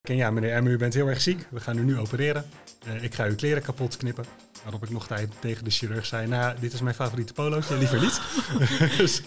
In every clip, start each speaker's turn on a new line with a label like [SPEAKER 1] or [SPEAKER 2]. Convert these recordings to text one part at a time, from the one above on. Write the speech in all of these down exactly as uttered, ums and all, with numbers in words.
[SPEAKER 1] En ja, meneer Emmer, u bent heel erg ziek. We gaan u nu opereren. Uh, ik ga uw kleren kapot knippen. Waarop ik nog tijd tegen de chirurg zei, nou, dit is mijn favoriete polootje, liever niet. dus...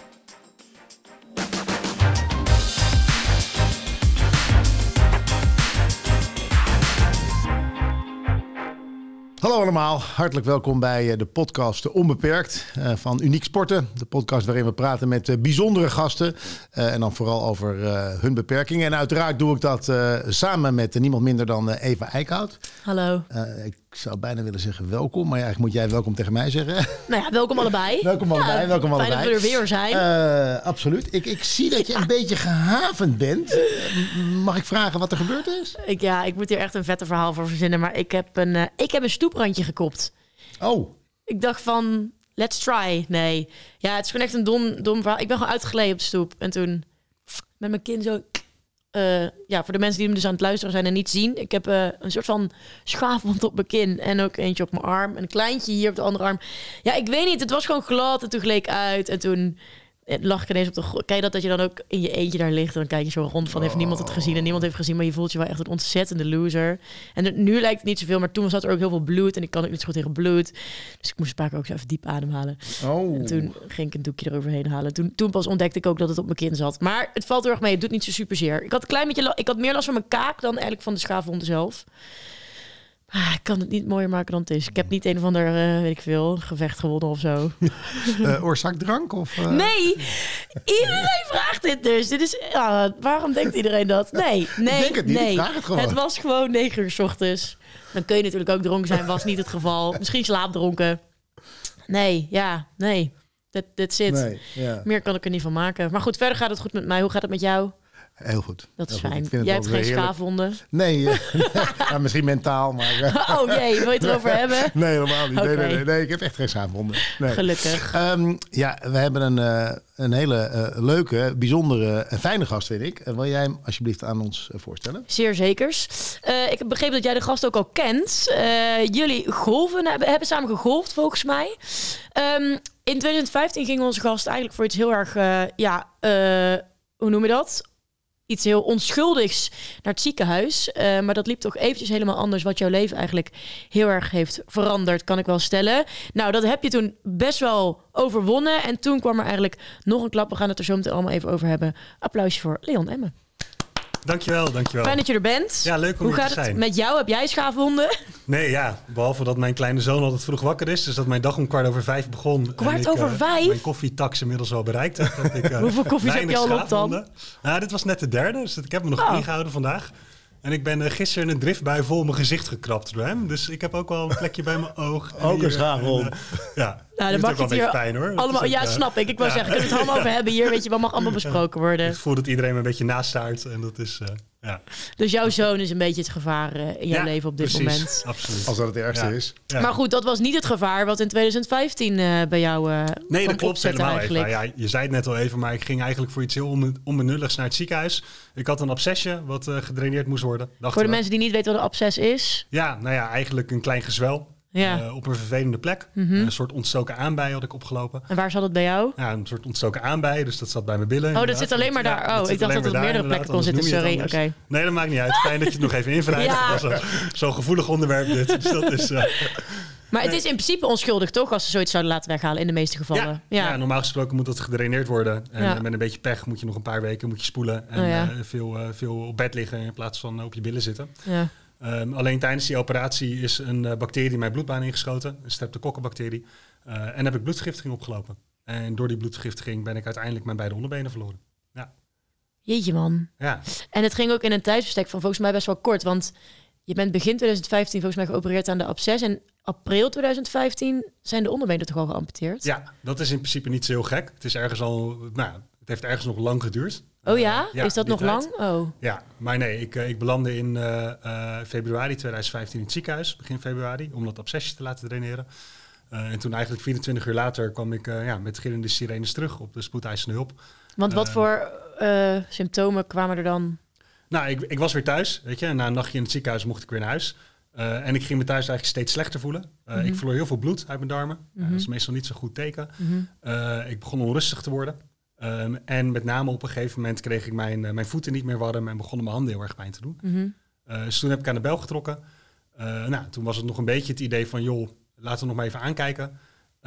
[SPEAKER 2] Hallo allemaal, hartelijk welkom bij de podcast Onbeperkt uh, van Uniek Sporten. De podcast waarin we praten met uh, bijzondere gasten uh, en dan vooral over uh, hun beperkingen. En uiteraard doe ik dat uh, samen met uh, niemand minder dan uh, Eva Eickhout.
[SPEAKER 3] Hallo.
[SPEAKER 2] Uh, ik zou bijna willen zeggen welkom, maar ja, eigenlijk moet jij welkom tegen mij zeggen.
[SPEAKER 3] Nou ja, welkom allebei.
[SPEAKER 2] welkom allebei, ja, welkom allebei.
[SPEAKER 3] Fijn dat we er weer zijn.
[SPEAKER 2] Uh, absoluut. Ik, ik zie dat je ja. een beetje gehavend bent. Uh, mag ik vragen wat er gebeurd is?
[SPEAKER 3] Ik, ja, ik moet hier echt een vette verhaal voor verzinnen, maar ik heb een, uh, ik heb een stoeprandje gekopt.
[SPEAKER 2] Oh. Ik
[SPEAKER 3] dacht van, let's try. Nee. Ja, het is gewoon echt een dom, dom verhaal. Ik ben gewoon uitgeleden op de stoep. En toen met mijn kin zo... Uh, ja, voor de mensen die hem dus aan het luisteren zijn en niet zien. Ik heb uh, een soort van schaafwond op mijn kin. En ook eentje op mijn arm. En een kleintje hier op de andere arm. Ja, ik weet niet. Het was gewoon glad. En toen gleek uit. En toen lag ik ineens op de grond. Kijk dat, dat je dan ook in je eentje daar ligt. En dan kijk je zo rond van, heeft niemand het gezien? En niemand heeft gezien. Maar je voelt je wel echt een ontzettende loser. En het, nu lijkt het niet zoveel. Maar toen zat er ook heel veel bloed. En ik kan ook niet zo goed tegen bloed. Dus ik moest een paar keer ook zo even diep ademhalen.
[SPEAKER 2] Oh.
[SPEAKER 3] En toen ging ik een doekje eroverheen halen. Toen, toen pas ontdekte ik ook dat het op mijn kin zat. Maar het valt heel erg mee. Het doet niet zo super zeer. Ik had een klein beetje... La- ik had meer last van mijn kaak dan eigenlijk van de schaafwonden zelf. Ah, ik kan het niet mooier maken dan het is. Ik heb niet een of ander, uh, weet ik veel, gevecht gewonnen of zo.
[SPEAKER 2] uh, oorzakdrank? Of, uh...
[SPEAKER 3] Nee, iedereen vraagt dit dus. Dit is, uh, waarom denkt iedereen dat? Nee, nee,
[SPEAKER 2] ik denk het niet,
[SPEAKER 3] nee.
[SPEAKER 2] Ik vraag het gewoon.
[SPEAKER 3] Het was gewoon negen uur 's ochtends. Dan kun je natuurlijk ook dronken zijn, was niet het geval. Misschien slaapdronken. Nee, ja, nee. Dat that's it.
[SPEAKER 2] Nee, ja.
[SPEAKER 3] Meer kan ik er niet van maken. Maar goed, verder gaat het goed met mij. Hoe gaat het met jou?
[SPEAKER 2] Heel goed.
[SPEAKER 3] Dat is
[SPEAKER 2] Heel
[SPEAKER 3] fijn.
[SPEAKER 2] Jij
[SPEAKER 3] hebt geen schaafwonden?
[SPEAKER 2] Nee, uh, ja, misschien mentaal, maar... Uh,
[SPEAKER 3] oh jee, wil je het erover hebben?
[SPEAKER 2] Nee, helemaal niet.
[SPEAKER 3] Okay.
[SPEAKER 2] Nee, nee, nee, nee, ik heb echt geen schaafwonden. Nee.
[SPEAKER 3] Gelukkig.
[SPEAKER 2] Um, ja, we hebben een, uh, een hele uh, leuke, bijzondere en fijne gast, vind ik. Uh, wil jij hem alsjeblieft aan ons uh, voorstellen?
[SPEAKER 3] Zeer zekers. Uh, ik heb begrepen dat jij de gast ook al kent. Uh, jullie golven, hebben, hebben samen gegolfd, volgens mij. Um, in twintig vijftien ging onze gast eigenlijk voor iets heel erg... Uh, ja, uh, hoe noem je dat? Iets heel onschuldigs naar het ziekenhuis. Uh, maar dat liep toch eventjes helemaal anders... wat jouw leven eigenlijk heel erg heeft veranderd... kan ik wel stellen. Nou, dat heb je toen best wel overwonnen. En toen kwam er eigenlijk nog een klap. We gaan het er zo meteen allemaal even over hebben. Applausje voor Leon Emme.
[SPEAKER 1] Dankjewel, dankjewel.
[SPEAKER 3] Fijn dat je er bent.
[SPEAKER 1] Ja, leuk om
[SPEAKER 3] Hoe
[SPEAKER 1] hier
[SPEAKER 3] gaat
[SPEAKER 1] te zijn.
[SPEAKER 3] Het met jou? Heb jij schaafwonden?
[SPEAKER 1] Nee, ja. Behalve dat mijn kleine zoon altijd vroeg wakker is. Dus dat mijn dag om kwart over vijf begon.
[SPEAKER 3] Kwart
[SPEAKER 1] en ik,
[SPEAKER 3] over
[SPEAKER 1] uh,
[SPEAKER 3] vijf?
[SPEAKER 1] Mijn koffietax inmiddels al bereikt heb. Dat ik, uh,
[SPEAKER 3] Hoeveel koffies heb je al op dan?
[SPEAKER 1] Nou, dit was net de derde. Dus ik heb me nog
[SPEAKER 3] oh.
[SPEAKER 1] ingehouden vandaag. En ik ben uh, gisteren in een driftbui vol mijn gezicht gekrapt door hem. Dus ik heb ook wel een plekje bij mijn oog.
[SPEAKER 2] Ook een schaafwond.
[SPEAKER 1] Uh, ja,
[SPEAKER 3] nou,
[SPEAKER 1] dan
[SPEAKER 3] mag
[SPEAKER 1] ook wel een beetje pijn hoor.
[SPEAKER 3] Allemaal, ook, ja, uh, snap ik. Ik wou ja. zeggen, kunnen we het allemaal over hebben hier. Weet je, wat mag allemaal besproken worden?
[SPEAKER 1] Ik voel dat iedereen me een beetje nastaart. En dat is... Uh, Ja.
[SPEAKER 3] Dus jouw zoon is een beetje het gevaar uh, in jouw
[SPEAKER 1] ja,
[SPEAKER 3] leven op dit
[SPEAKER 1] precies,
[SPEAKER 3] moment.
[SPEAKER 1] Absoluut.
[SPEAKER 2] Als dat het ergste
[SPEAKER 1] ja.
[SPEAKER 2] is.
[SPEAKER 1] Ja.
[SPEAKER 3] Maar goed, dat was niet het gevaar wat in twintig vijftien uh, bij jou uh,
[SPEAKER 1] Nee, dat klopt helemaal
[SPEAKER 3] eigenlijk.
[SPEAKER 1] Eva. Ja, je zei het net al even, maar ik ging eigenlijk voor iets heel onbenulligs naar het ziekenhuis. Ik had een abscesje wat uh, gedraineerd moest worden.
[SPEAKER 3] Voor de we. mensen die niet weten wat een absces is?
[SPEAKER 1] Ja, nou ja, eigenlijk een klein gezwel.
[SPEAKER 3] Ja.
[SPEAKER 1] Uh, op een vervelende plek.
[SPEAKER 3] Mm-hmm.
[SPEAKER 1] Een soort ontstoken aanbij had ik opgelopen.
[SPEAKER 3] En waar zat het bij jou?
[SPEAKER 1] Ja, een soort ontstoken aanbij, dus dat zat bij mijn billen.
[SPEAKER 3] Oh,
[SPEAKER 1] inderdaad.
[SPEAKER 3] dat zit alleen maar daar.
[SPEAKER 1] Ja,
[SPEAKER 3] oh, ik dacht dat het op meerdere plekken kon zitten. Sorry, oké. Okay.
[SPEAKER 1] Nee, dat maakt niet uit. Fijn dat je het nog even invrijft. Ja. Dat was zo'n gevoelig onderwerp dit. Dus dat is... Uh,
[SPEAKER 3] Maar het is in principe onschuldig, toch? Als ze zoiets zouden laten weghalen, in de meeste gevallen.
[SPEAKER 1] Ja,
[SPEAKER 3] ja.
[SPEAKER 1] ja normaal gesproken moet dat gedraineerd worden. En ja. met een beetje pech moet je nog een paar weken moet je spoelen. En oh ja. uh, veel, uh, veel op bed liggen in plaats van uh, op je billen zitten.
[SPEAKER 3] Ja.
[SPEAKER 1] Um, alleen tijdens die operatie is een uh, bacterie in mijn bloedbaan ingeschoten. Een streptokokkenbacterie. Uh, en heb ik bloedvergiftiging opgelopen. En door die bloedvergiftiging ben ik uiteindelijk mijn beide onderbenen verloren. Ja.
[SPEAKER 3] Jeetje man.
[SPEAKER 1] Ja.
[SPEAKER 3] En het ging ook in een tijdsbestek van volgens mij best wel kort. Want je bent begin twintig vijftien volgens mij geopereerd aan de absces. En april twintig vijftien zijn de onderbenen toch al geamputeerd?
[SPEAKER 1] Ja, dat is in principe niet zo heel gek. Het is ergens al, nou, het heeft ergens nog lang geduurd.
[SPEAKER 3] Oh ja?
[SPEAKER 1] Uh, ja
[SPEAKER 3] is dat nog
[SPEAKER 1] tijd.
[SPEAKER 3] lang? Oh.
[SPEAKER 1] Ja, maar nee, ik, ik belandde in uh, uh, februari twintig vijftien in het ziekenhuis, begin februari, om dat abscesje te laten draineren. Uh, en toen eigenlijk vierentwintig uur later kwam ik uh, ja, met gillende sirenes terug op de spoedeisende hulp.
[SPEAKER 3] Want wat uh, voor uh, symptomen kwamen er dan?
[SPEAKER 1] Nou, ik, ik was weer thuis, weet je. Na een nachtje in het ziekenhuis mocht ik weer naar huis. Uh, en ik ging me thuis eigenlijk steeds slechter voelen. Uh, mm-hmm. Ik verloor heel veel bloed uit mijn darmen. Mm-hmm. Uh, dat is meestal niet zo'n goed teken. Mm-hmm. Uh, ik begon onrustig te worden. Um, en met name op een gegeven moment kreeg ik mijn, uh, mijn voeten niet meer warm en begonnen mijn handen heel erg pijn te doen.
[SPEAKER 3] Mm-hmm.
[SPEAKER 1] Uh, dus toen heb ik aan de bel getrokken. Uh, nou, toen was het nog een beetje het idee van, joh, laten we nog maar even aankijken.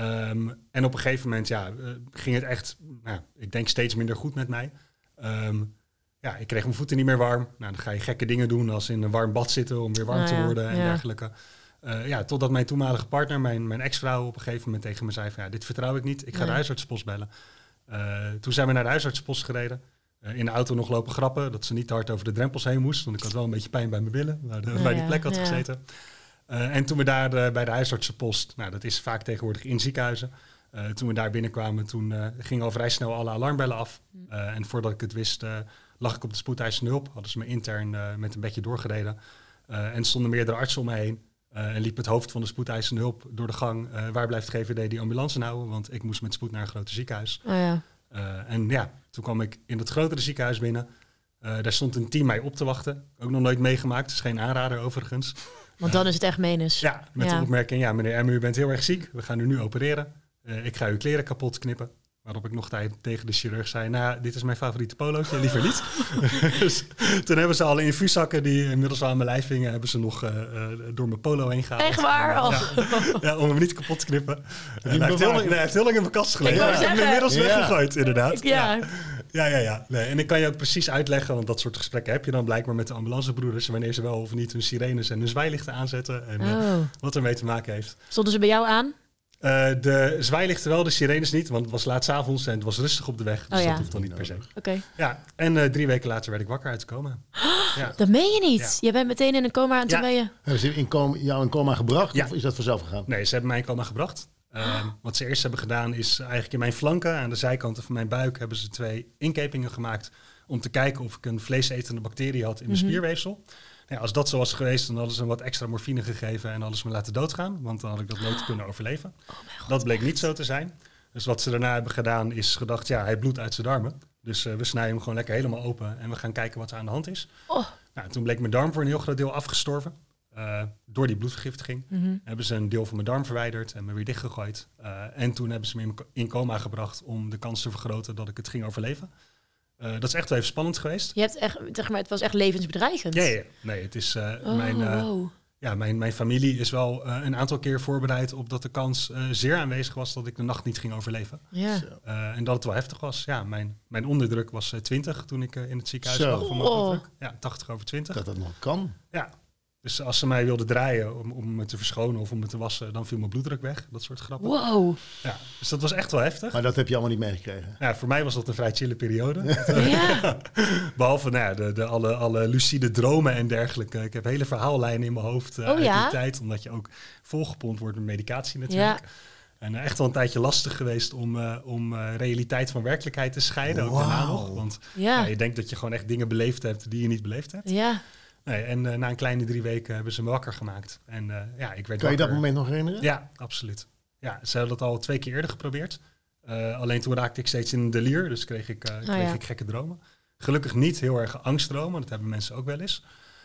[SPEAKER 1] Um, en op een gegeven moment ja, uh, ging het echt, nou, ik denk steeds minder goed met mij. Um, ja, ik kreeg mijn voeten niet meer warm. Nou, dan ga je gekke dingen doen als in een warm bad zitten om weer warm
[SPEAKER 3] nou
[SPEAKER 1] te
[SPEAKER 3] ja,
[SPEAKER 1] worden en
[SPEAKER 3] ja.
[SPEAKER 1] dergelijke. Uh, ja, totdat mijn toenmalige partner, mijn, mijn ex-vrouw, op een gegeven moment tegen me zei van, ja, dit vertrouw ik niet. Ik ga
[SPEAKER 3] nee.
[SPEAKER 1] de huisartsenpost bellen. Uh, toen zijn we naar de huisartsenpost gereden. Uh, in de auto nog lopen grappen, dat ze niet te hard over de drempels heen moest. Want ik had wel een beetje pijn bij mijn billen, waar, de,
[SPEAKER 3] Nou
[SPEAKER 1] waar die
[SPEAKER 3] ja,
[SPEAKER 1] plek had
[SPEAKER 3] ja.
[SPEAKER 1] gezeten. Uh, en toen we daar uh, bij de huisartsenpost, nou dat is vaak tegenwoordig in ziekenhuizen. Uh, toen we daar binnenkwamen, toen uh, gingen al vrij snel alle alarmbellen af. Uh, en voordat ik het wist, uh, lag ik op de spoedeisende hulp. Hadden ze me intern uh, met een bedje doorgereden. Uh, en stonden meerdere artsen om me heen. Uh, en liep het hoofd van de spoedeisende hulp door de gang. Uh, waar blijft G V D die ambulance nou? Want ik moest met spoed naar een groter ziekenhuis.
[SPEAKER 3] Oh ja.
[SPEAKER 1] Uh, en ja, toen kwam ik in het grotere ziekenhuis binnen. Uh, daar stond een team mij op te wachten. Ook nog nooit meegemaakt. Het is geen aanrader overigens.
[SPEAKER 3] Want dan is het echt menens.
[SPEAKER 1] Ja, met
[SPEAKER 3] ja.
[SPEAKER 1] de opmerking, ja meneer Emmer, u bent heel erg ziek. We gaan u nu opereren. Uh, ik ga uw kleren kapot knippen. Waarop ik nog tijd tegen de chirurg zei, nou, dit is mijn favoriete polootje, liever niet. Dus toen hebben ze alle infuuszakken die inmiddels aan mijn lijf hingen, hebben ze nog uh, uh, door mijn polo heen gehaald.
[SPEAKER 3] Echt waar? Oh.
[SPEAKER 1] Ja, ja, om hem niet kapot te knippen. En hij, heeft heel lang, nee, hij heeft heel lang in mijn kast gelegen.
[SPEAKER 3] Ik
[SPEAKER 1] Ik heb hem inmiddels
[SPEAKER 2] ja.
[SPEAKER 1] weggegooid, inderdaad.
[SPEAKER 3] Ja.
[SPEAKER 1] Ja, ja, ja. ja. Nee, en ik kan je ook precies uitleggen, want dat soort gesprekken heb je dan blijkbaar met de ambulancebroeders, wanneer ze wel of niet hun sirenes en hun zwaailichten aanzetten en
[SPEAKER 3] Oh.
[SPEAKER 1] uh, wat ermee te maken heeft.
[SPEAKER 3] Stonden ze bij jou aan?
[SPEAKER 1] Uh, de zwaailichten wel, de sirenes niet, want het was laat 's avonds en het was rustig op de weg. Dus
[SPEAKER 3] Oh ja.
[SPEAKER 1] dat hoeft dan niet per se.
[SPEAKER 3] Oké. Okay.
[SPEAKER 1] Ja, en uh, drie weken later werd ik wakker uit coma. Ja.
[SPEAKER 3] Dat meen je niet.
[SPEAKER 1] Ja.
[SPEAKER 3] Je bent meteen in een coma en toen
[SPEAKER 1] Ja.
[SPEAKER 3] ben je...
[SPEAKER 2] Hebben ze in coma, jou in coma gebracht
[SPEAKER 1] Ja.
[SPEAKER 2] of is dat vanzelf gegaan?
[SPEAKER 1] Nee, ze hebben mij in coma gebracht. Uh, wat ze eerst hebben gedaan is eigenlijk in mijn flanken, aan de zijkanten van mijn buik, hebben ze twee inkepingen gemaakt om te kijken of ik een vleesetende bacterie had in mijn
[SPEAKER 3] Mhm.
[SPEAKER 1] spierweefsel. Ja, als dat zo was geweest, dan hadden ze me wat extra morfine gegeven en hadden ze me laten doodgaan, want dan had ik dat nooit kunnen overleven.
[SPEAKER 3] Oh mijn God.
[SPEAKER 1] Dat bleek niet zo te zijn. Dus wat ze daarna hebben gedaan is gedacht, ja, hij bloedt uit zijn darmen. Dus uh, we snijden hem gewoon lekker helemaal open en we gaan kijken wat er aan de hand is.
[SPEAKER 3] Oh.
[SPEAKER 1] Nou, toen bleek mijn darm voor een heel groot deel afgestorven. Uh, door die bloedvergiftiging.
[SPEAKER 3] Mm-hmm.
[SPEAKER 1] Hebben ze een deel van mijn darm verwijderd en me weer dichtgegooid. Uh, en toen hebben ze me in, in coma gebracht om de kans te vergroten dat ik het ging overleven. Uh, dat is echt wel even spannend geweest.
[SPEAKER 3] Je hebt echt, zeg maar, het was echt levensbedreigend.
[SPEAKER 1] Ja, ja. Nee, het is uh,
[SPEAKER 3] Oh,
[SPEAKER 1] mijn, uh,
[SPEAKER 3] wow.
[SPEAKER 1] ja, mijn, mijn familie is wel uh, een aantal keer voorbereid op dat de kans uh, zeer aanwezig was dat ik de nacht niet ging overleven.
[SPEAKER 3] Ja.
[SPEAKER 1] Uh, en dat het wel heftig was. Ja, mijn, mijn onderdruk was uh, twintig toen ik uh, in het ziekenhuis
[SPEAKER 2] Zo.
[SPEAKER 1] lag van mijn
[SPEAKER 3] Oh.
[SPEAKER 1] bloeddruk. Ja, tachtig over twintig.
[SPEAKER 2] Dat dat nog kan.
[SPEAKER 1] Ja. Dus als ze mij wilden draaien om, om me te verschonen of om me te wassen, dan viel mijn bloeddruk weg. Dat soort grappen.
[SPEAKER 3] Wow.
[SPEAKER 1] Ja, dus dat was echt wel heftig.
[SPEAKER 2] Maar dat heb je allemaal niet meegekregen.
[SPEAKER 1] Ja, voor mij was dat een vrij chille periode.
[SPEAKER 3] Ja.
[SPEAKER 1] Behalve nou ja, de, de, alle, alle lucide dromen en dergelijke. Ik heb hele verhaallijnen in mijn hoofd uh,
[SPEAKER 3] Oh,
[SPEAKER 1] uit
[SPEAKER 3] ja?
[SPEAKER 1] die tijd. Omdat je ook volgepompt wordt met medicatie natuurlijk.
[SPEAKER 3] Ja.
[SPEAKER 1] En uh, echt wel een tijdje lastig geweest om, uh, om uh, realiteit van werkelijkheid te scheiden. Ook daarna
[SPEAKER 2] Wauw.
[SPEAKER 1] nog. Want
[SPEAKER 3] Ja.
[SPEAKER 1] ja, je denkt dat je gewoon echt dingen beleefd hebt die je niet beleefd hebt.
[SPEAKER 3] Ja.
[SPEAKER 1] Nee, en uh, na een kleine drie weken hebben ze me wakker gemaakt. En uh, ja, ik werd
[SPEAKER 2] Kan je
[SPEAKER 1] wakker.
[SPEAKER 2] dat moment nog herinneren?
[SPEAKER 1] Ja, absoluut. Ja, ze hadden dat al twee keer eerder geprobeerd. Uh, alleen toen raakte ik steeds in een delier, dus kreeg ik, uh, kreeg
[SPEAKER 3] ja.
[SPEAKER 1] ik gekke dromen. Gelukkig niet heel erg angstdromen, dat hebben mensen ook wel eens.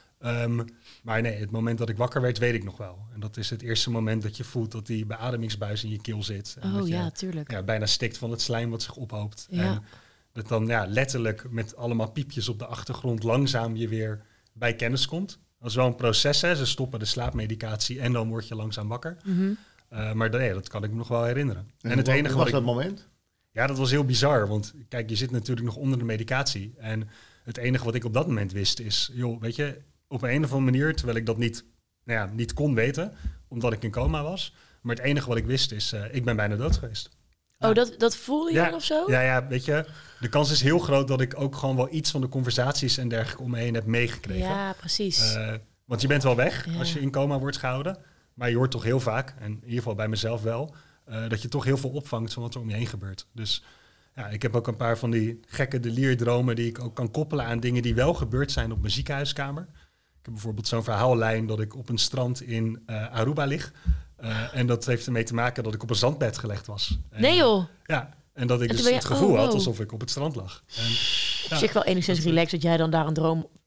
[SPEAKER 1] Um, maar nee, het moment dat ik wakker werd, weet ik nog wel. En dat is het eerste moment dat je voelt dat die beademingsbuis in je keel zit. En
[SPEAKER 3] Oh
[SPEAKER 1] dat je
[SPEAKER 3] ja, tuurlijk.
[SPEAKER 1] ja, bijna stikt van het slijm wat zich ophoopt.
[SPEAKER 3] Ja.
[SPEAKER 1] En dat dan ja, letterlijk met allemaal piepjes op de achtergrond langzaam je weer bij kennis komt. Dat is wel een proces, hè. Ze stoppen de slaapmedicatie en dan word je langzaam wakker.
[SPEAKER 3] Mm-hmm.
[SPEAKER 1] Uh, maar nee, dat kan ik me nog wel herinneren.
[SPEAKER 2] En,
[SPEAKER 1] En het
[SPEAKER 2] wat,
[SPEAKER 1] enige
[SPEAKER 2] was
[SPEAKER 1] wat ik...
[SPEAKER 2] dat moment?
[SPEAKER 1] Ja, dat was heel bizar. Want kijk, je zit natuurlijk nog onder de medicatie. En het enige wat ik op dat moment wist is... joh, weet je, op een of andere manier... terwijl ik dat niet, nou ja, niet kon weten... omdat ik in coma was... maar het enige wat ik wist is... Uh, ik ben bijna dood geweest. Ja.
[SPEAKER 3] Oh, dat, dat voelde je
[SPEAKER 1] Ja,
[SPEAKER 3] dan of zo?
[SPEAKER 1] Ja, ja, weet je... de kans is heel groot dat ik ook gewoon wel iets van de conversaties... en dergelijke om me heen heb meegekregen.
[SPEAKER 3] Ja, precies.
[SPEAKER 1] Uh, want je bent wel weg
[SPEAKER 3] Ja.
[SPEAKER 1] als je in coma wordt gehouden. Maar je hoort toch heel vaak, en in ieder geval bij mezelf wel... Uh, dat je toch heel veel opvangt van wat er om je heen gebeurt. Dus ja, ik heb ook een paar van die gekke delirierdromen... die ik ook kan koppelen aan dingen die wel gebeurd zijn op mijn ziekenhuiskamer. Ik heb bijvoorbeeld zo'n verhaallijn dat ik op een strand in uh, Aruba lig. Uh, en dat heeft ermee te maken dat ik op een zandbed gelegd was. En,
[SPEAKER 3] nee joh.
[SPEAKER 1] Ja, en dat ik
[SPEAKER 3] En
[SPEAKER 1] dus
[SPEAKER 3] toen ben je-
[SPEAKER 1] het gevoel
[SPEAKER 3] oh,
[SPEAKER 1] had
[SPEAKER 3] wow.
[SPEAKER 1] alsof ik op het strand lag. En,
[SPEAKER 3] Op zich wel enigszins relaxed dat jij dan daar een droom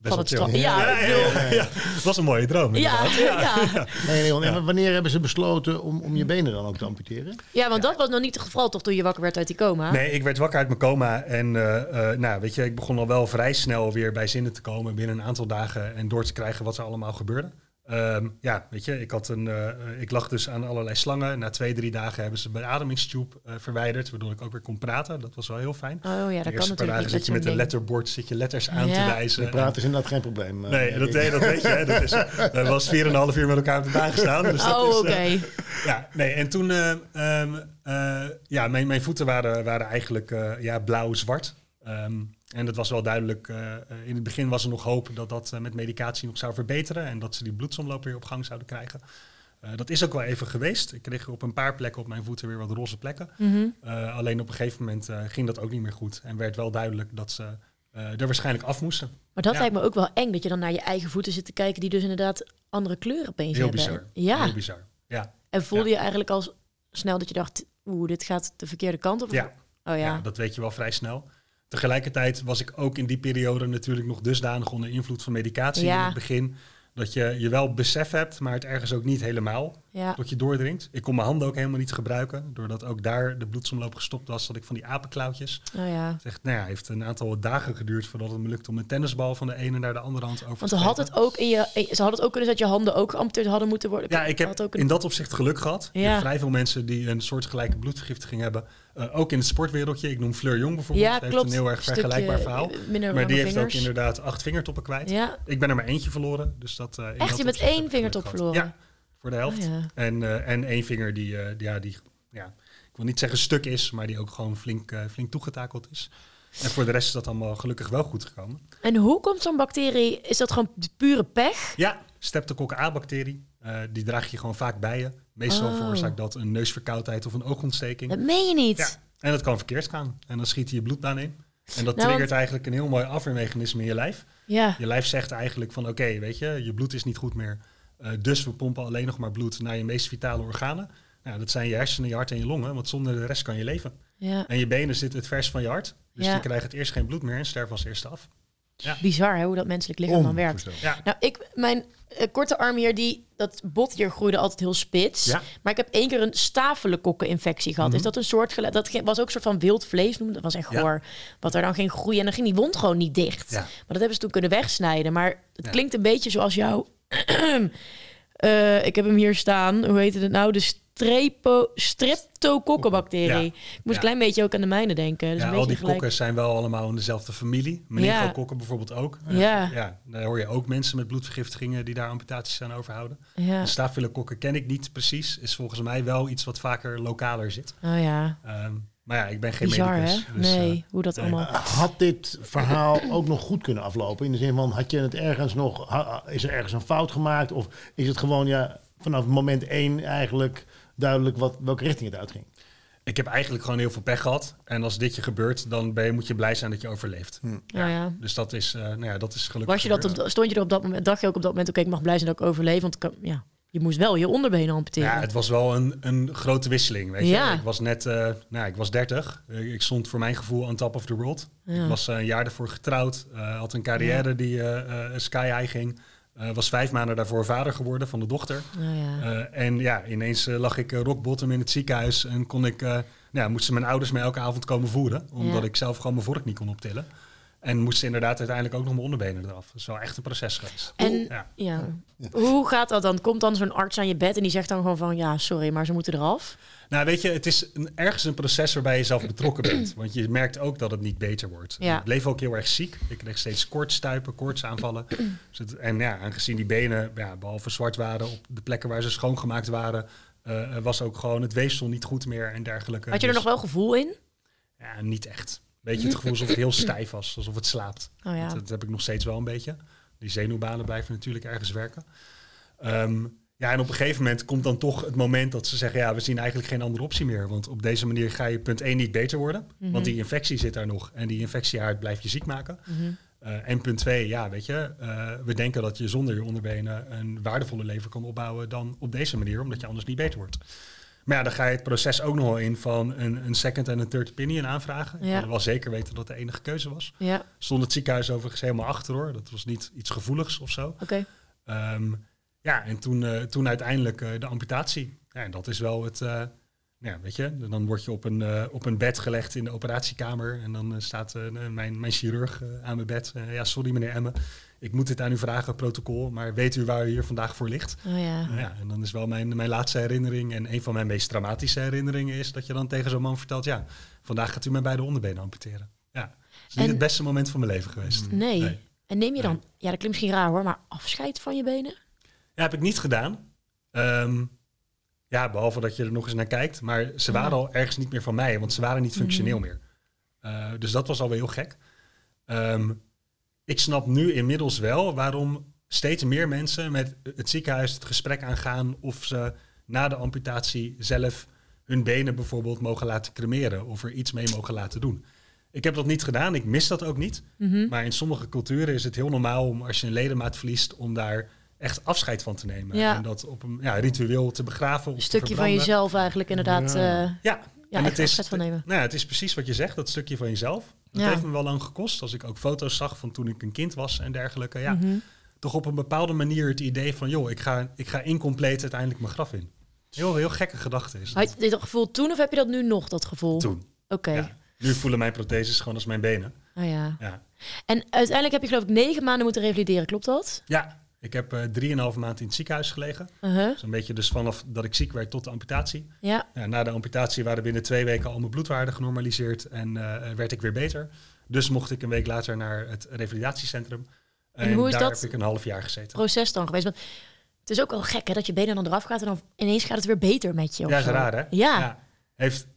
[SPEAKER 3] van het
[SPEAKER 1] wel chill.
[SPEAKER 3] strand. Ja,
[SPEAKER 1] Ja,
[SPEAKER 3] ik
[SPEAKER 1] ja,
[SPEAKER 3] bedoel,
[SPEAKER 1] ja, ja. Het was een mooie droom.
[SPEAKER 3] ja,
[SPEAKER 1] inderdaad.
[SPEAKER 3] ja. ja.
[SPEAKER 2] Nee, Leon, en wanneer hebben ze besloten om, om je benen dan ook te amputeren?
[SPEAKER 3] ja, want dat was nog niet het geval toch toen je wakker werd uit die coma?
[SPEAKER 1] Nee, ik werd wakker uit mijn coma en uh, uh, nou, weet je, ik begon al wel vrij snel weer bij zinnen te komen binnen een aantal dagen en door te krijgen wat er allemaal gebeurde. Um, ja, weet je, ik, had een, uh, ik lag dus aan allerlei slangen. Na twee, drie dagen hebben ze mijn beademingstube uh, verwijderd, waardoor ik ook weer kon praten. Dat was wel heel fijn.
[SPEAKER 3] Oh ja, dat
[SPEAKER 1] de
[SPEAKER 3] kan
[SPEAKER 1] eerste
[SPEAKER 3] natuurlijk
[SPEAKER 1] paar dagen
[SPEAKER 3] niet
[SPEAKER 1] zit je met een letterbord, zit je letters aan
[SPEAKER 3] ja.
[SPEAKER 1] te wijzen.
[SPEAKER 2] De praten is inderdaad geen probleem. Uh,
[SPEAKER 1] nee, dat, nee, dat weet je. Hè. Dat is, we was vier en een half uur met elkaar op de baan gestaan. Dus dat
[SPEAKER 3] oh,
[SPEAKER 1] is,
[SPEAKER 3] oké.
[SPEAKER 1] Uh, ja, nee, en toen, uh, um, uh, ja, mijn, mijn voeten waren, waren eigenlijk uh, ja, blauw-zwart. Um, en dat was wel duidelijk. Uh, in het begin was er nog hoop dat dat uh, met medicatie nog zou verbeteren. En dat ze die bloedsomloop weer op gang zouden krijgen. Uh, dat is ook wel even geweest. Ik kreeg op een paar plekken op mijn voeten weer wat roze plekken.
[SPEAKER 3] Mm-hmm.
[SPEAKER 1] Uh, alleen op een gegeven moment uh, ging dat ook niet meer goed. En werd wel duidelijk dat ze uh, er waarschijnlijk af moesten.
[SPEAKER 3] Maar dat
[SPEAKER 1] ja.
[SPEAKER 3] lijkt me ook wel eng, dat je dan naar je eigen voeten zit te kijken... die dus inderdaad andere kleuren opeens
[SPEAKER 1] Heel
[SPEAKER 3] hebben.
[SPEAKER 1] bizar.
[SPEAKER 3] Ja.
[SPEAKER 1] Heel bizar. Ja.
[SPEAKER 3] En voelde
[SPEAKER 1] Ja.
[SPEAKER 3] je eigenlijk al snel dat je dacht... oeh, dit gaat de verkeerde kant op?
[SPEAKER 1] Ja.
[SPEAKER 3] Oh ja.
[SPEAKER 1] Ja, dat weet je wel vrij snel. Tegelijkertijd was ik ook in die periode natuurlijk nog dusdanig onder invloed van medicatie
[SPEAKER 3] Ja.
[SPEAKER 1] in het begin. Dat je, je wel besef hebt, maar het ergens ook niet helemaal.
[SPEAKER 3] Ja.
[SPEAKER 1] Dat je doordringt. Ik kon mijn handen ook helemaal niet gebruiken. Doordat ook daar de bloedsomloop gestopt was, had ik van die apenklauwtjes.
[SPEAKER 3] Oh ja.
[SPEAKER 1] Het echt, nou ja, heeft een aantal dagen geduurd voordat het me lukte om een tennisbal van de ene naar de andere hand over
[SPEAKER 3] Want
[SPEAKER 1] te
[SPEAKER 3] ze had
[SPEAKER 1] geven.
[SPEAKER 3] het ook in je, ze had het ook kunnen dat je handen ook geamputeerd hadden moeten worden.
[SPEAKER 1] Ja, ik heb
[SPEAKER 3] Had ook een-
[SPEAKER 1] in dat opzicht geluk gehad.
[SPEAKER 3] Ja.
[SPEAKER 1] Er zijn vrij veel mensen die een soortgelijke bloedvergiftiging hebben. Uh, ook in het sportwereldje. Ik noem Fleur Jong bijvoorbeeld.
[SPEAKER 3] Ja,
[SPEAKER 1] Heeft
[SPEAKER 3] klopt.
[SPEAKER 1] een heel erg
[SPEAKER 3] Stukje,
[SPEAKER 1] vergelijkbaar verhaal.
[SPEAKER 3] eh, minder
[SPEAKER 1] Maar die
[SPEAKER 3] lange
[SPEAKER 1] heeft ook
[SPEAKER 3] vingers.
[SPEAKER 1] inderdaad acht vingertoppen kwijt.
[SPEAKER 3] Ja.
[SPEAKER 1] Ik ben er maar eentje verloren. Dus dat, uh, in
[SPEAKER 3] Echt,
[SPEAKER 1] dat
[SPEAKER 3] je bent
[SPEAKER 1] opzicht heb
[SPEAKER 3] één
[SPEAKER 1] ik
[SPEAKER 3] vingertop
[SPEAKER 1] geluk gehad.
[SPEAKER 3] verloren?
[SPEAKER 1] Ja, voor de helft.
[SPEAKER 3] Oh ja.
[SPEAKER 1] En, uh, en één vinger die, uh, ja, die ja, ik wil niet zeggen stuk is, maar die ook gewoon flink, uh, flink toegetakeld is. En voor de rest is dat allemaal gelukkig wel goed gekomen.
[SPEAKER 3] En hoe komt zo'n bacterie? Is dat gewoon pure pech?
[SPEAKER 1] Ja, Streptococcus A-bacterie. Uh, die draag je gewoon vaak bij je. Meestal
[SPEAKER 3] Oh.
[SPEAKER 1] veroorzaakt dat een neusverkoudheid of een oogontsteking.
[SPEAKER 3] Dat meen je niet.
[SPEAKER 1] Ja, en dat kan verkeerd gaan. En dan schiet je je bloedbaan in. En dat
[SPEAKER 3] Nou,
[SPEAKER 1] triggert
[SPEAKER 3] want-
[SPEAKER 1] eigenlijk een heel mooi afweermechanisme in je lijf.
[SPEAKER 3] Ja.
[SPEAKER 1] Je lijf zegt eigenlijk van oké, okay, weet je, je bloed is niet goed meer. Uh, dus we pompen alleen nog maar bloed naar je meest vitale organen. Nou, dat zijn je hersenen, je hart en je longen. Want zonder de rest kan je leven.
[SPEAKER 3] Ja.
[SPEAKER 1] En je benen zitten het vers van je hart. Dus
[SPEAKER 3] Ja.
[SPEAKER 1] die krijgen het eerst geen bloed meer en sterven als eerste af. Ja.
[SPEAKER 3] Bizar hè, hoe dat menselijk lichaam dan werkt.
[SPEAKER 2] Onvoorstelbaar.
[SPEAKER 1] Ja.
[SPEAKER 3] Nou, ik, mijn uh, korte arm hier, die, dat bot hier groeide altijd heel spits.
[SPEAKER 1] Ja.
[SPEAKER 3] Maar ik heb één keer een staphylococcus-infectie gehad.
[SPEAKER 1] Mhm.
[SPEAKER 3] Is dat een soort gele- dat ge- was ook een soort van wild vlees noemde. Dat was echt
[SPEAKER 1] Ja.
[SPEAKER 3] goor. Wat er dan ging groeien en dan ging die wond gewoon niet dicht.
[SPEAKER 1] Ja.
[SPEAKER 3] Maar dat hebben ze toen kunnen wegsnijden. Maar het
[SPEAKER 1] Ja.
[SPEAKER 3] klinkt een beetje zoals jouw... Uh, ik heb hem hier staan. Hoe heet het nou? De strepo, streptokokkenbacterie.
[SPEAKER 1] Ja.
[SPEAKER 3] Ik moest
[SPEAKER 1] Ja.
[SPEAKER 3] een klein beetje ook aan de mijne denken. Dus
[SPEAKER 1] Ja,
[SPEAKER 3] een
[SPEAKER 1] al
[SPEAKER 3] beetje
[SPEAKER 1] die
[SPEAKER 3] gelijk.
[SPEAKER 1] kokken zijn wel allemaal in dezelfde familie. Meningokokken bijvoorbeeld ook.
[SPEAKER 3] Ja.
[SPEAKER 1] ja. Daar hoor je ook mensen met bloedvergiftigingen die daar amputaties aan overhouden.
[SPEAKER 3] Ja.
[SPEAKER 1] De staphylokokken ken ik niet precies. Is volgens mij wel iets wat vaker lokaler zit.
[SPEAKER 3] Oh ja.
[SPEAKER 1] Um, maar ja, ik ben geen
[SPEAKER 3] Bizar,
[SPEAKER 1] medicus.
[SPEAKER 3] hè?
[SPEAKER 1] dus,
[SPEAKER 3] nee,
[SPEAKER 1] uh,
[SPEAKER 3] hoe dat
[SPEAKER 1] nee.
[SPEAKER 3] allemaal...
[SPEAKER 2] Had dit verhaal ook nog goed kunnen aflopen? In de zin van, had je het ergens nog... ha- is er ergens een fout gemaakt? Of is het gewoon ja, vanaf moment één eigenlijk duidelijk wat, welke richting het uitging?
[SPEAKER 1] Ik heb eigenlijk gewoon heel veel pech gehad. En als dit je gebeurt, dan ben je, moet je blij zijn dat je overleeft.
[SPEAKER 2] Hm.
[SPEAKER 3] Oh ja.
[SPEAKER 1] Dus dat is, uh, nou ja, dat is gelukkig
[SPEAKER 3] Was je dat
[SPEAKER 1] gebeurd.
[SPEAKER 3] op, stond je er op dat moment, dacht je ook op dat moment, oké, ik mag blij zijn dat ik overleef, want ik kan- ja, je moest wel je onderbenen amputeren.
[SPEAKER 1] Ja, het was wel een, een grote wisseling. Weet
[SPEAKER 3] Ja.
[SPEAKER 1] je? Ik was net, uh, nou, ik was dertig. Uh, ik stond voor mijn gevoel on top of the world.
[SPEAKER 3] Ja.
[SPEAKER 1] Ik was uh, een jaar daarvoor getrouwd. Uh, had een carrière
[SPEAKER 3] Ja.
[SPEAKER 1] die uh, uh, sky high ging. Uh, was vijf maanden daarvoor vader geworden van de dochter.
[SPEAKER 3] Oh ja.
[SPEAKER 1] Uh, en ja, ineens uh, lag ik uh, rock bottom in het ziekenhuis. En kon ik, uh, nou, ja, moesten mijn ouders mij elke avond komen voeren. Omdat
[SPEAKER 3] Ja.
[SPEAKER 1] ik zelf gewoon mijn vork niet kon optillen. En moesten inderdaad uiteindelijk ook nog mijn onderbenen eraf. Dat is wel echt een proces geweest.
[SPEAKER 3] En
[SPEAKER 1] Ja.
[SPEAKER 3] ja. Hoe gaat dat dan? Komt dan zo'n arts aan je bed en die zegt dan gewoon van, ja, sorry, maar ze moeten eraf?
[SPEAKER 1] Nou, weet je, het is een, ergens een proces waarbij je zelf betrokken bent. Want je merkt ook dat het niet beter wordt.
[SPEAKER 3] Ja.
[SPEAKER 1] Ik bleef ook heel erg ziek. Ik kreeg steeds koortsstuipen, koortsaanvallen. Dus het, en ja, aangezien die benen, ja, behalve zwart waren op de plekken waar ze schoongemaakt waren, uh, was ook gewoon het weefsel niet goed meer en dergelijke.
[SPEAKER 3] Had je er
[SPEAKER 1] Dus,
[SPEAKER 3] nog wel gevoel in?
[SPEAKER 1] Ja, niet echt. Beetje het gevoel alsof het heel stijf was, alsof het slaapt.
[SPEAKER 3] Oh ja.
[SPEAKER 1] dat, dat heb ik nog steeds wel een beetje. Die zenuwbanen blijven natuurlijk ergens werken. Um, ja, en op een gegeven moment komt dan toch het moment dat ze zeggen, ja, we zien eigenlijk geen andere optie meer. Want op deze manier ga je punt één niet beter worden.
[SPEAKER 3] Mhm.
[SPEAKER 1] Want die infectie zit daar nog. En die infectiehaard blijft je ziek maken.
[SPEAKER 3] Mhm.
[SPEAKER 1] Uh, en punt twee, ja, weet je, uh, we denken dat je zonder je onderbenen een waardevolle leven kan opbouwen dan op deze manier, omdat je anders niet beter wordt. Maar ja, dan ga je het proces ook nog wel in van een, een second en een third opinion aanvragen.
[SPEAKER 3] Ja.
[SPEAKER 1] Ik wilde wel zeker weten dat de enige keuze was.
[SPEAKER 3] Ja,
[SPEAKER 1] Stond het ziekenhuis overigens helemaal achter hoor. Dat was niet iets gevoeligs of zo.
[SPEAKER 3] oké. Okay.
[SPEAKER 1] Um, ja, en toen, uh, toen uiteindelijk uh, de amputatie. Ja, en dat is wel het... Uh, ja, weet je, dan word je op een, uh, op een bed gelegd in de operatiekamer. En dan uh, staat uh, mijn, mijn chirurg uh, aan mijn bed. Uh, ja, sorry meneer Emme. Ik moet dit aan u vragen, protocol. Maar weet u waar u hier vandaag voor ligt?
[SPEAKER 3] Oh, ja.
[SPEAKER 1] Uh, ja, en dan is wel mijn, mijn laatste herinnering. En een van mijn meest traumatische herinneringen is dat je dan tegen zo'n man vertelt... ja, vandaag gaat u mijn beide onderbenen amputeren. Ja, dat is niet en, het beste moment van mijn leven geweest.
[SPEAKER 3] Nee. nee. En neem je dan, nee. ja dat klinkt misschien raar hoor, maar afscheid van je benen?
[SPEAKER 1] Ja, heb ik niet gedaan. Um, ja, behalve dat je er nog eens naar kijkt. Maar ze waren ja. al ergens niet meer van mij, want ze waren niet functioneel mm-hmm. meer. Uh, dus dat was alweer heel gek. Um, ik snap nu inmiddels wel waarom steeds meer mensen met het ziekenhuis het gesprek aangaan of ze na de amputatie zelf hun benen bijvoorbeeld mogen laten cremeren of er iets mee mogen laten doen. Ik heb dat niet gedaan, ik mis dat ook niet. Mm-hmm. Maar in sommige culturen is het heel normaal om als je een ledemaat verliest om daar echt afscheid van te nemen. Ja. En dat op een ja, ritueel te begraven. Of
[SPEAKER 3] een stukje van jezelf eigenlijk inderdaad. Ja, uh,
[SPEAKER 1] ja. ja
[SPEAKER 3] en
[SPEAKER 1] het is,
[SPEAKER 3] van nemen.
[SPEAKER 1] Nou ja, het is precies wat je zegt, dat stukje van jezelf. Dat ja. heeft me wel lang gekost. Als ik ook foto's zag van toen ik een kind was en dergelijke. Ja, mm-hmm. toch op een bepaalde manier het idee van... joh, ik ga, ik ga incompleet uiteindelijk mijn graf in. Heel, heel gekke gedachte is dat.
[SPEAKER 3] Had je dat gevoel toen of heb je dat nu nog, dat gevoel?
[SPEAKER 1] Toen.
[SPEAKER 3] Oké. Okay.
[SPEAKER 1] Ja. Nu voelen mijn protheses gewoon als mijn benen.
[SPEAKER 3] Oh ja.
[SPEAKER 1] ja.
[SPEAKER 3] En uiteindelijk heb je geloof ik negen maanden moeten revalideren, klopt dat?
[SPEAKER 1] Ja. Ik heb uh, drieënhalve maand in het ziekenhuis gelegen. Uh-huh. Zo'n beetje dus vanaf dat ik ziek werd tot de amputatie.
[SPEAKER 3] Ja.
[SPEAKER 1] Ja, na de amputatie waren binnen twee weken al mijn bloedwaarden genormaliseerd en uh, werd ik weer beter. Dus mocht ik een week later naar het revalidatiecentrum. En, en hoe is daar dat heb ik een half jaar gezeten.
[SPEAKER 3] Proces dan geweest? Want het is ook wel gek hè, dat je benen dan eraf gaat en dan ineens gaat het weer beter met je.
[SPEAKER 1] Ja, is raar hè?
[SPEAKER 3] Ja.
[SPEAKER 1] ja. Heeft,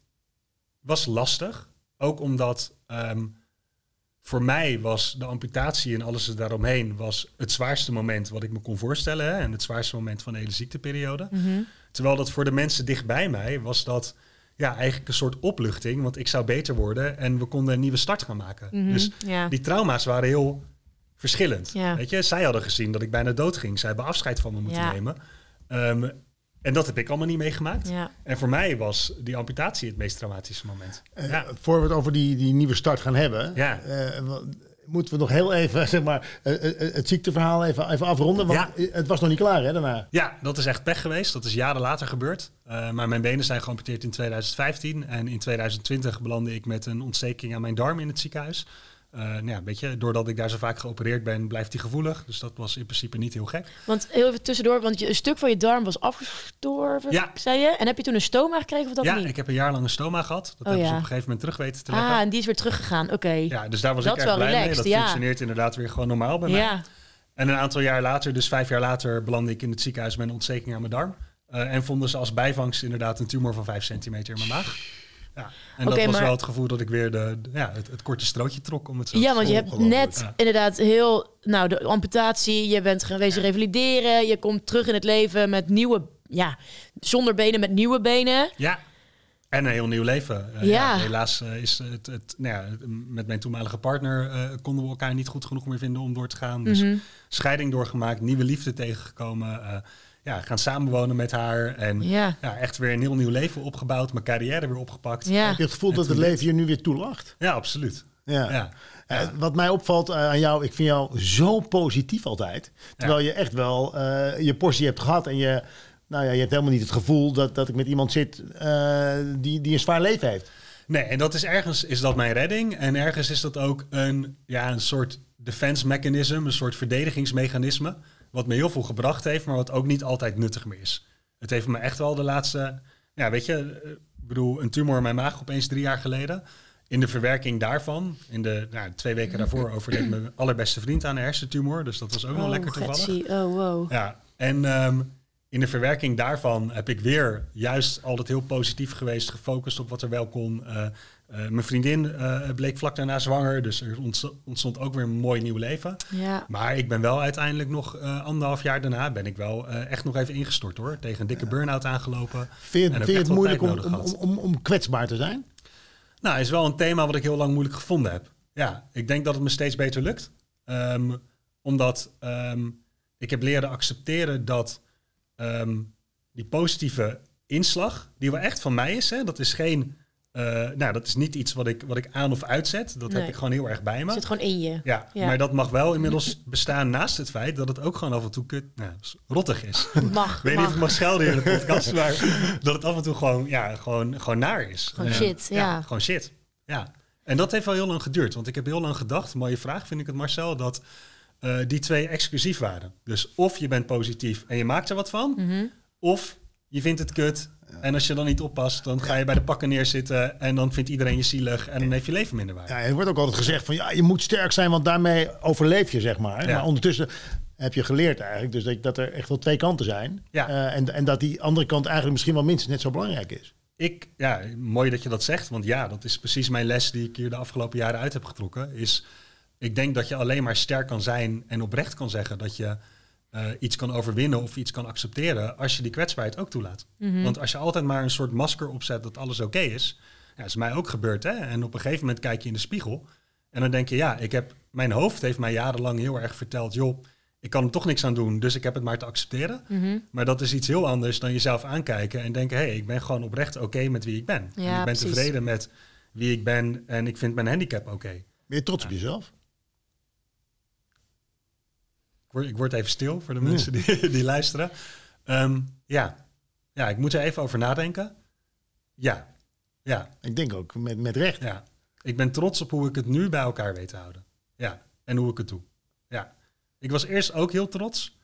[SPEAKER 1] was lastig. Ook omdat... Um, Voor mij was de amputatie en alles daaromheen was het zwaarste moment wat ik me kon voorstellen. Hè? En het zwaarste moment van de hele ziekteperiode. Mm-hmm. Terwijl dat voor de mensen dichtbij mij was dat ja, eigenlijk een soort opluchting. Want ik zou beter worden en we konden een nieuwe start gaan maken. Mm-hmm. Dus
[SPEAKER 3] ja.
[SPEAKER 1] die trauma's waren heel verschillend.
[SPEAKER 3] Ja.
[SPEAKER 1] Weet je? Zij hadden gezien dat ik bijna dood ging. Zij hebben afscheid van me moeten
[SPEAKER 3] ja.
[SPEAKER 1] nemen. Um, En dat heb ik allemaal niet meegemaakt.
[SPEAKER 3] Ja.
[SPEAKER 1] En voor mij was die amputatie het meest traumatische moment.
[SPEAKER 2] Uh,
[SPEAKER 1] ja.
[SPEAKER 2] Voor we het over die, die nieuwe start gaan hebben...
[SPEAKER 1] Ja.
[SPEAKER 2] Uh, moeten we nog heel even zeg maar, uh, uh, het ziekteverhaal even, even afronden. Want ja. het was nog niet klaar hè, daarna.
[SPEAKER 1] Ja, dat is echt pech geweest. Dat is jaren later gebeurd. Uh, maar mijn benen zijn geamputeerd in twintig vijftien. En in twintig twintig belandde ik met een ontsteking aan mijn darm in het ziekenhuis. Uh, nou ja, weet je, doordat ik daar zo vaak geopereerd ben, blijft die gevoelig. Dus dat was in principe niet heel gek.
[SPEAKER 3] Want heel even tussendoor, want je, een stuk van je darm was afgestorven,
[SPEAKER 1] ja.
[SPEAKER 3] zei je. En heb je toen een stoma gekregen of dat
[SPEAKER 1] ja,
[SPEAKER 3] niet?
[SPEAKER 1] Ja, ik heb een jaar lang een stoma gehad. Dat
[SPEAKER 3] oh,
[SPEAKER 1] hebben
[SPEAKER 3] ja.
[SPEAKER 1] ze op een gegeven moment terug weten te leggen.
[SPEAKER 3] Ah, en die is weer teruggegaan, oké. Okay.
[SPEAKER 1] Ja, dus daar was
[SPEAKER 3] dat
[SPEAKER 1] ik echt blij
[SPEAKER 3] relaxed,
[SPEAKER 1] mee. Dat
[SPEAKER 3] ja.
[SPEAKER 1] functioneert inderdaad weer gewoon normaal bij
[SPEAKER 3] ja.
[SPEAKER 1] mij. En een aantal jaar later, dus vijf jaar later, belandde ik in het ziekenhuis met een ontsteking aan mijn darm. Uh, en vonden ze als bijvangst inderdaad een tumor van vijf centimeter in mijn maag. Ja, en okay, dat was maar... wel het gevoel dat ik weer de, de, ja, het, het korte strootje trok. Om het zo
[SPEAKER 3] ja, want je hebt net ja. inderdaad heel... Nou, de amputatie, je bent geweest ja. revalideren. Je komt terug in het leven met nieuwe... Ja, zonder benen met nieuwe benen.
[SPEAKER 1] Ja, en een heel nieuw leven. Uh, ja. Ja, helaas uh, is het... het nou ja, met mijn toenmalige partner uh, konden we elkaar niet goed genoeg meer vinden om door te gaan. Dus mm-hmm. scheiding doorgemaakt, nieuwe liefde tegengekomen... Uh, Ja, gaan samenwonen met haar en
[SPEAKER 3] ja.
[SPEAKER 1] Ja, echt weer een heel nieuw leven opgebouwd. Mijn carrière weer opgepakt.
[SPEAKER 3] Ja.
[SPEAKER 2] Heb je het gevoel en dat het leven je nu weer toelacht?
[SPEAKER 1] Ja, absoluut.
[SPEAKER 2] Ja.
[SPEAKER 1] Ja.
[SPEAKER 2] Uh, wat mij opvalt uh, aan jou, ik vind jou zo positief altijd. Terwijl ja. je echt wel uh, je portie hebt gehad en je, nou ja, je hebt helemaal niet het gevoel dat, dat ik met iemand zit uh, die, die een zwaar leven heeft.
[SPEAKER 1] Nee, en dat is ergens is dat mijn redding. En ergens is dat ook een, ja, een soort defense mechanism, een soort verdedigingsmechanisme. Wat me heel veel gebracht heeft, maar wat ook niet altijd nuttig meer is. Het heeft me echt wel de laatste... Ja, weet je, ik bedoel, een tumor in mijn maag opeens drie jaar geleden. In de verwerking daarvan, in de nou, twee weken daarvoor overleed mijn allerbeste vriend aan een hersentumor. Dus dat was ook oh, wel lekker toevallig.
[SPEAKER 3] Getsie. Oh, wow.
[SPEAKER 1] Ja, en um, in de verwerking daarvan heb ik weer juist altijd heel positief geweest, gefocust op wat er wel kon. Uh, Uh, mijn vriendin uh, bleek vlak daarna zwanger, dus er ontstond ook weer een mooi nieuw leven.
[SPEAKER 3] Ja.
[SPEAKER 1] Maar ik ben wel uiteindelijk nog uh, anderhalf jaar daarna ben ik wel uh, echt nog even ingestort hoor. Tegen een dikke ja. burn-out aangelopen.
[SPEAKER 2] Vind, vind je het moeilijk om, om, om, om kwetsbaar te zijn?
[SPEAKER 1] Nou, is wel een thema wat ik heel lang moeilijk gevonden heb. Ja, ik denk dat het me steeds beter lukt. Um, omdat um, ik heb leren accepteren dat um, die positieve inslag die wel echt van mij is. Hè. Dat is geen... Uh, nou, dat is niet iets wat ik, wat ik aan of uitzet. Dat nee. heb ik gewoon heel erg bij me.
[SPEAKER 3] Het zit gewoon in je.
[SPEAKER 1] Ja, ja, maar dat mag wel inmiddels bestaan naast het feit dat het ook gewoon af en toe kut, nou, rottig is.
[SPEAKER 3] Mag.
[SPEAKER 1] Ik weet
[SPEAKER 3] mag.
[SPEAKER 1] niet of ik mag schelden in de podcast, maar dat het af en toe gewoon, ja, gewoon, gewoon naar is.
[SPEAKER 3] Gewoon
[SPEAKER 1] uh,
[SPEAKER 3] shit, ja.
[SPEAKER 1] ja. Gewoon shit, ja. En dat heeft wel heel lang geduurd, want ik heb heel lang gedacht, mooie vraag vind ik het Marcel, dat uh, die twee exclusief waren. Dus of je bent positief en je maakt er wat van,
[SPEAKER 3] Mm-hmm.
[SPEAKER 1] of je vindt het kut. En als je dan niet oppast, dan ga je bij de pakken neerzitten en dan vindt iedereen je zielig en dan heeft je leven minder waarde.
[SPEAKER 2] Ja, er wordt ook altijd gezegd van ja, je moet sterk zijn, want daarmee overleef je, zeg maar.
[SPEAKER 1] Ja.
[SPEAKER 2] Maar ondertussen heb je geleerd eigenlijk dus dat, dat er echt wel twee kanten zijn.
[SPEAKER 1] Ja.
[SPEAKER 2] Uh, en, en dat die andere kant eigenlijk misschien wel minstens net zo belangrijk is.
[SPEAKER 1] Ik, ja, mooi dat je dat zegt, want ja, dat is precies mijn les die ik hier de afgelopen jaren uit heb getrokken. Is, ik denk dat je alleen maar sterk kan zijn en oprecht kan zeggen dat je Uh, iets kan overwinnen of iets kan accepteren als je die kwetsbaarheid ook toelaat.
[SPEAKER 3] Mm-hmm.
[SPEAKER 1] Want als je altijd maar een soort masker opzet dat alles oké is, ja, is mij ook gebeurd. Hè? En op een gegeven moment kijk je in de spiegel en dan denk je, ja, ik heb, mijn hoofd heeft mij jarenlang heel erg verteld, joh, ik kan er toch niks aan doen, dus ik heb het maar te accepteren.
[SPEAKER 3] Mm-hmm.
[SPEAKER 1] Maar dat is iets heel anders dan jezelf aankijken en denken, hé, hey, ik ben gewoon oprecht oké okay met wie ik ben.
[SPEAKER 3] Ja,
[SPEAKER 1] en ik ben
[SPEAKER 3] precies.
[SPEAKER 1] tevreden met wie ik ben en ik vind mijn handicap oké. Okay.
[SPEAKER 2] Ben je trots
[SPEAKER 1] ja.
[SPEAKER 2] op jezelf?
[SPEAKER 1] Ik word, ik word even stil voor de mensen die, die luisteren. Um, ja. ja, ik moet er even over nadenken. Ja, ja.
[SPEAKER 2] Ik denk ook met, met recht.
[SPEAKER 1] Ja. Ik ben trots op hoe ik het nu bij elkaar weet te houden. Ja, en hoe ik het doe. Ja. Ik was eerst ook heel trots.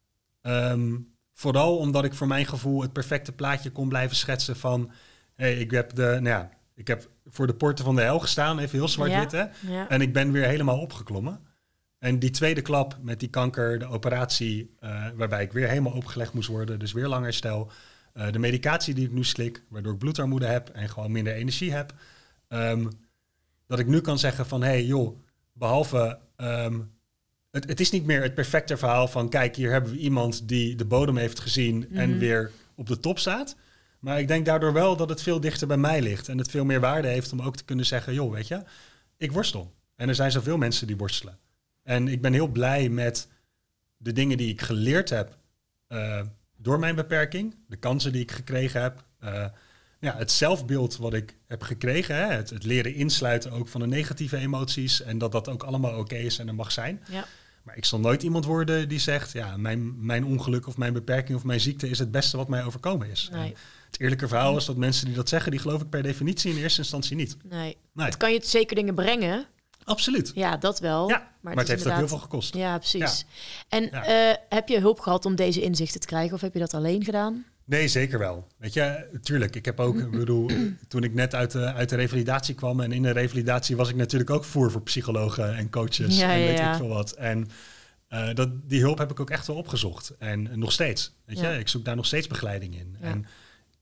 [SPEAKER 1] Um, vooral omdat ik voor mijn gevoel het perfecte plaatje kon blijven schetsen van... Hey, ik heb de, nou ja, ik heb voor de poorten van de hel gestaan, even heel zwart-wit,
[SPEAKER 3] ja.
[SPEAKER 1] hè?
[SPEAKER 3] Ja.
[SPEAKER 1] En ik ben weer helemaal opgeklommen. En die tweede klap met die kanker, de operatie, uh, waarbij ik weer helemaal opgelegd moest worden, dus weer lang herstel. Uh, de medicatie die ik nu slik, waardoor ik bloedarmoede heb en gewoon minder energie heb. Um, dat ik nu kan zeggen van, hé hey, joh, behalve... Um, het, het is niet meer het perfecte verhaal van, kijk, hier hebben we iemand die de bodem heeft gezien mm-hmm. en weer op de top staat. Maar ik denk daardoor wel dat het veel dichter bij mij ligt en het veel meer waarde heeft om ook te kunnen zeggen, joh, weet je, ik worstel. En er zijn zoveel mensen die worstelen. En ik ben heel blij met de dingen die ik geleerd heb uh, door mijn beperking. De kansen die ik gekregen heb. Uh, ja, het zelfbeeld wat ik heb gekregen. Hè, het, het leren insluiten ook van de negatieve emoties. En dat dat ook allemaal oké okay is en er mag zijn.
[SPEAKER 3] Ja.
[SPEAKER 1] Maar ik zal nooit iemand worden die zegt... ja, mijn, mijn ongeluk of mijn beperking of mijn ziekte is het beste wat mij overkomen is.
[SPEAKER 3] Nee.
[SPEAKER 1] Het eerlijke verhaal is dat mensen die dat zeggen... die geloof ik per definitie in eerste instantie niet.
[SPEAKER 3] Nee.
[SPEAKER 1] nee.
[SPEAKER 3] Het kan je zeker dingen brengen...
[SPEAKER 1] Absoluut.
[SPEAKER 3] Ja, dat wel.
[SPEAKER 1] Ja, maar, maar het, het heeft
[SPEAKER 3] inderdaad...
[SPEAKER 1] ook heel veel gekost.
[SPEAKER 3] Ja, precies. Ja. En
[SPEAKER 1] ja.
[SPEAKER 3] Uh, heb je hulp gehad om deze inzichten te krijgen? Of heb je dat alleen gedaan?
[SPEAKER 1] Nee, zeker wel. Weet je, tuurlijk. Ik heb ook, ik bedoel, toen ik net uit de, uit de revalidatie kwam... en in de revalidatie was ik natuurlijk ook voer voor psychologen en coaches...
[SPEAKER 3] Ja,
[SPEAKER 1] en weet
[SPEAKER 3] ja, ja.
[SPEAKER 1] ik veel wat. En uh, dat, die hulp heb ik ook echt wel opgezocht. En uh, nog steeds. Weet je, ja. ik zoek daar nog steeds begeleiding in. Ja. En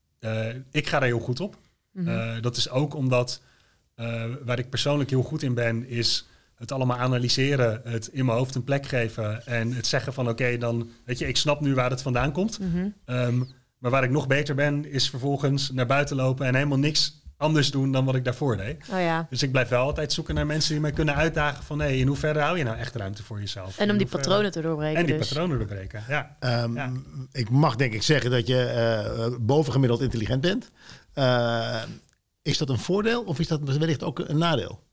[SPEAKER 1] uh, ik ga daar heel goed op. Mm-hmm. Uh, dat is ook omdat... Uh, waar ik persoonlijk heel goed in ben, is het allemaal analyseren, het in mijn hoofd een plek geven en het zeggen van oké, okay, dan weet je, ik snap nu waar het vandaan komt.
[SPEAKER 3] Mm-hmm.
[SPEAKER 1] Um, maar waar ik nog beter ben, is vervolgens naar buiten lopen en helemaal niks anders doen dan wat ik daarvoor deed.
[SPEAKER 3] Oh ja.
[SPEAKER 1] Dus ik blijf wel altijd zoeken naar mensen die mij kunnen uitdagen van hé, hey, in hoeverre hou je nou echt ruimte voor jezelf?
[SPEAKER 3] En om die
[SPEAKER 1] hoeverre...
[SPEAKER 3] patronen te doorbreken.
[SPEAKER 1] En die
[SPEAKER 3] dus.
[SPEAKER 1] patronen doorbreken, ja.
[SPEAKER 2] Um,
[SPEAKER 1] ja.
[SPEAKER 2] Ik mag denk ik zeggen dat je uh, bovengemiddeld intelligent bent. Uh, Is dat een voordeel of is dat wellicht ook een nadeel?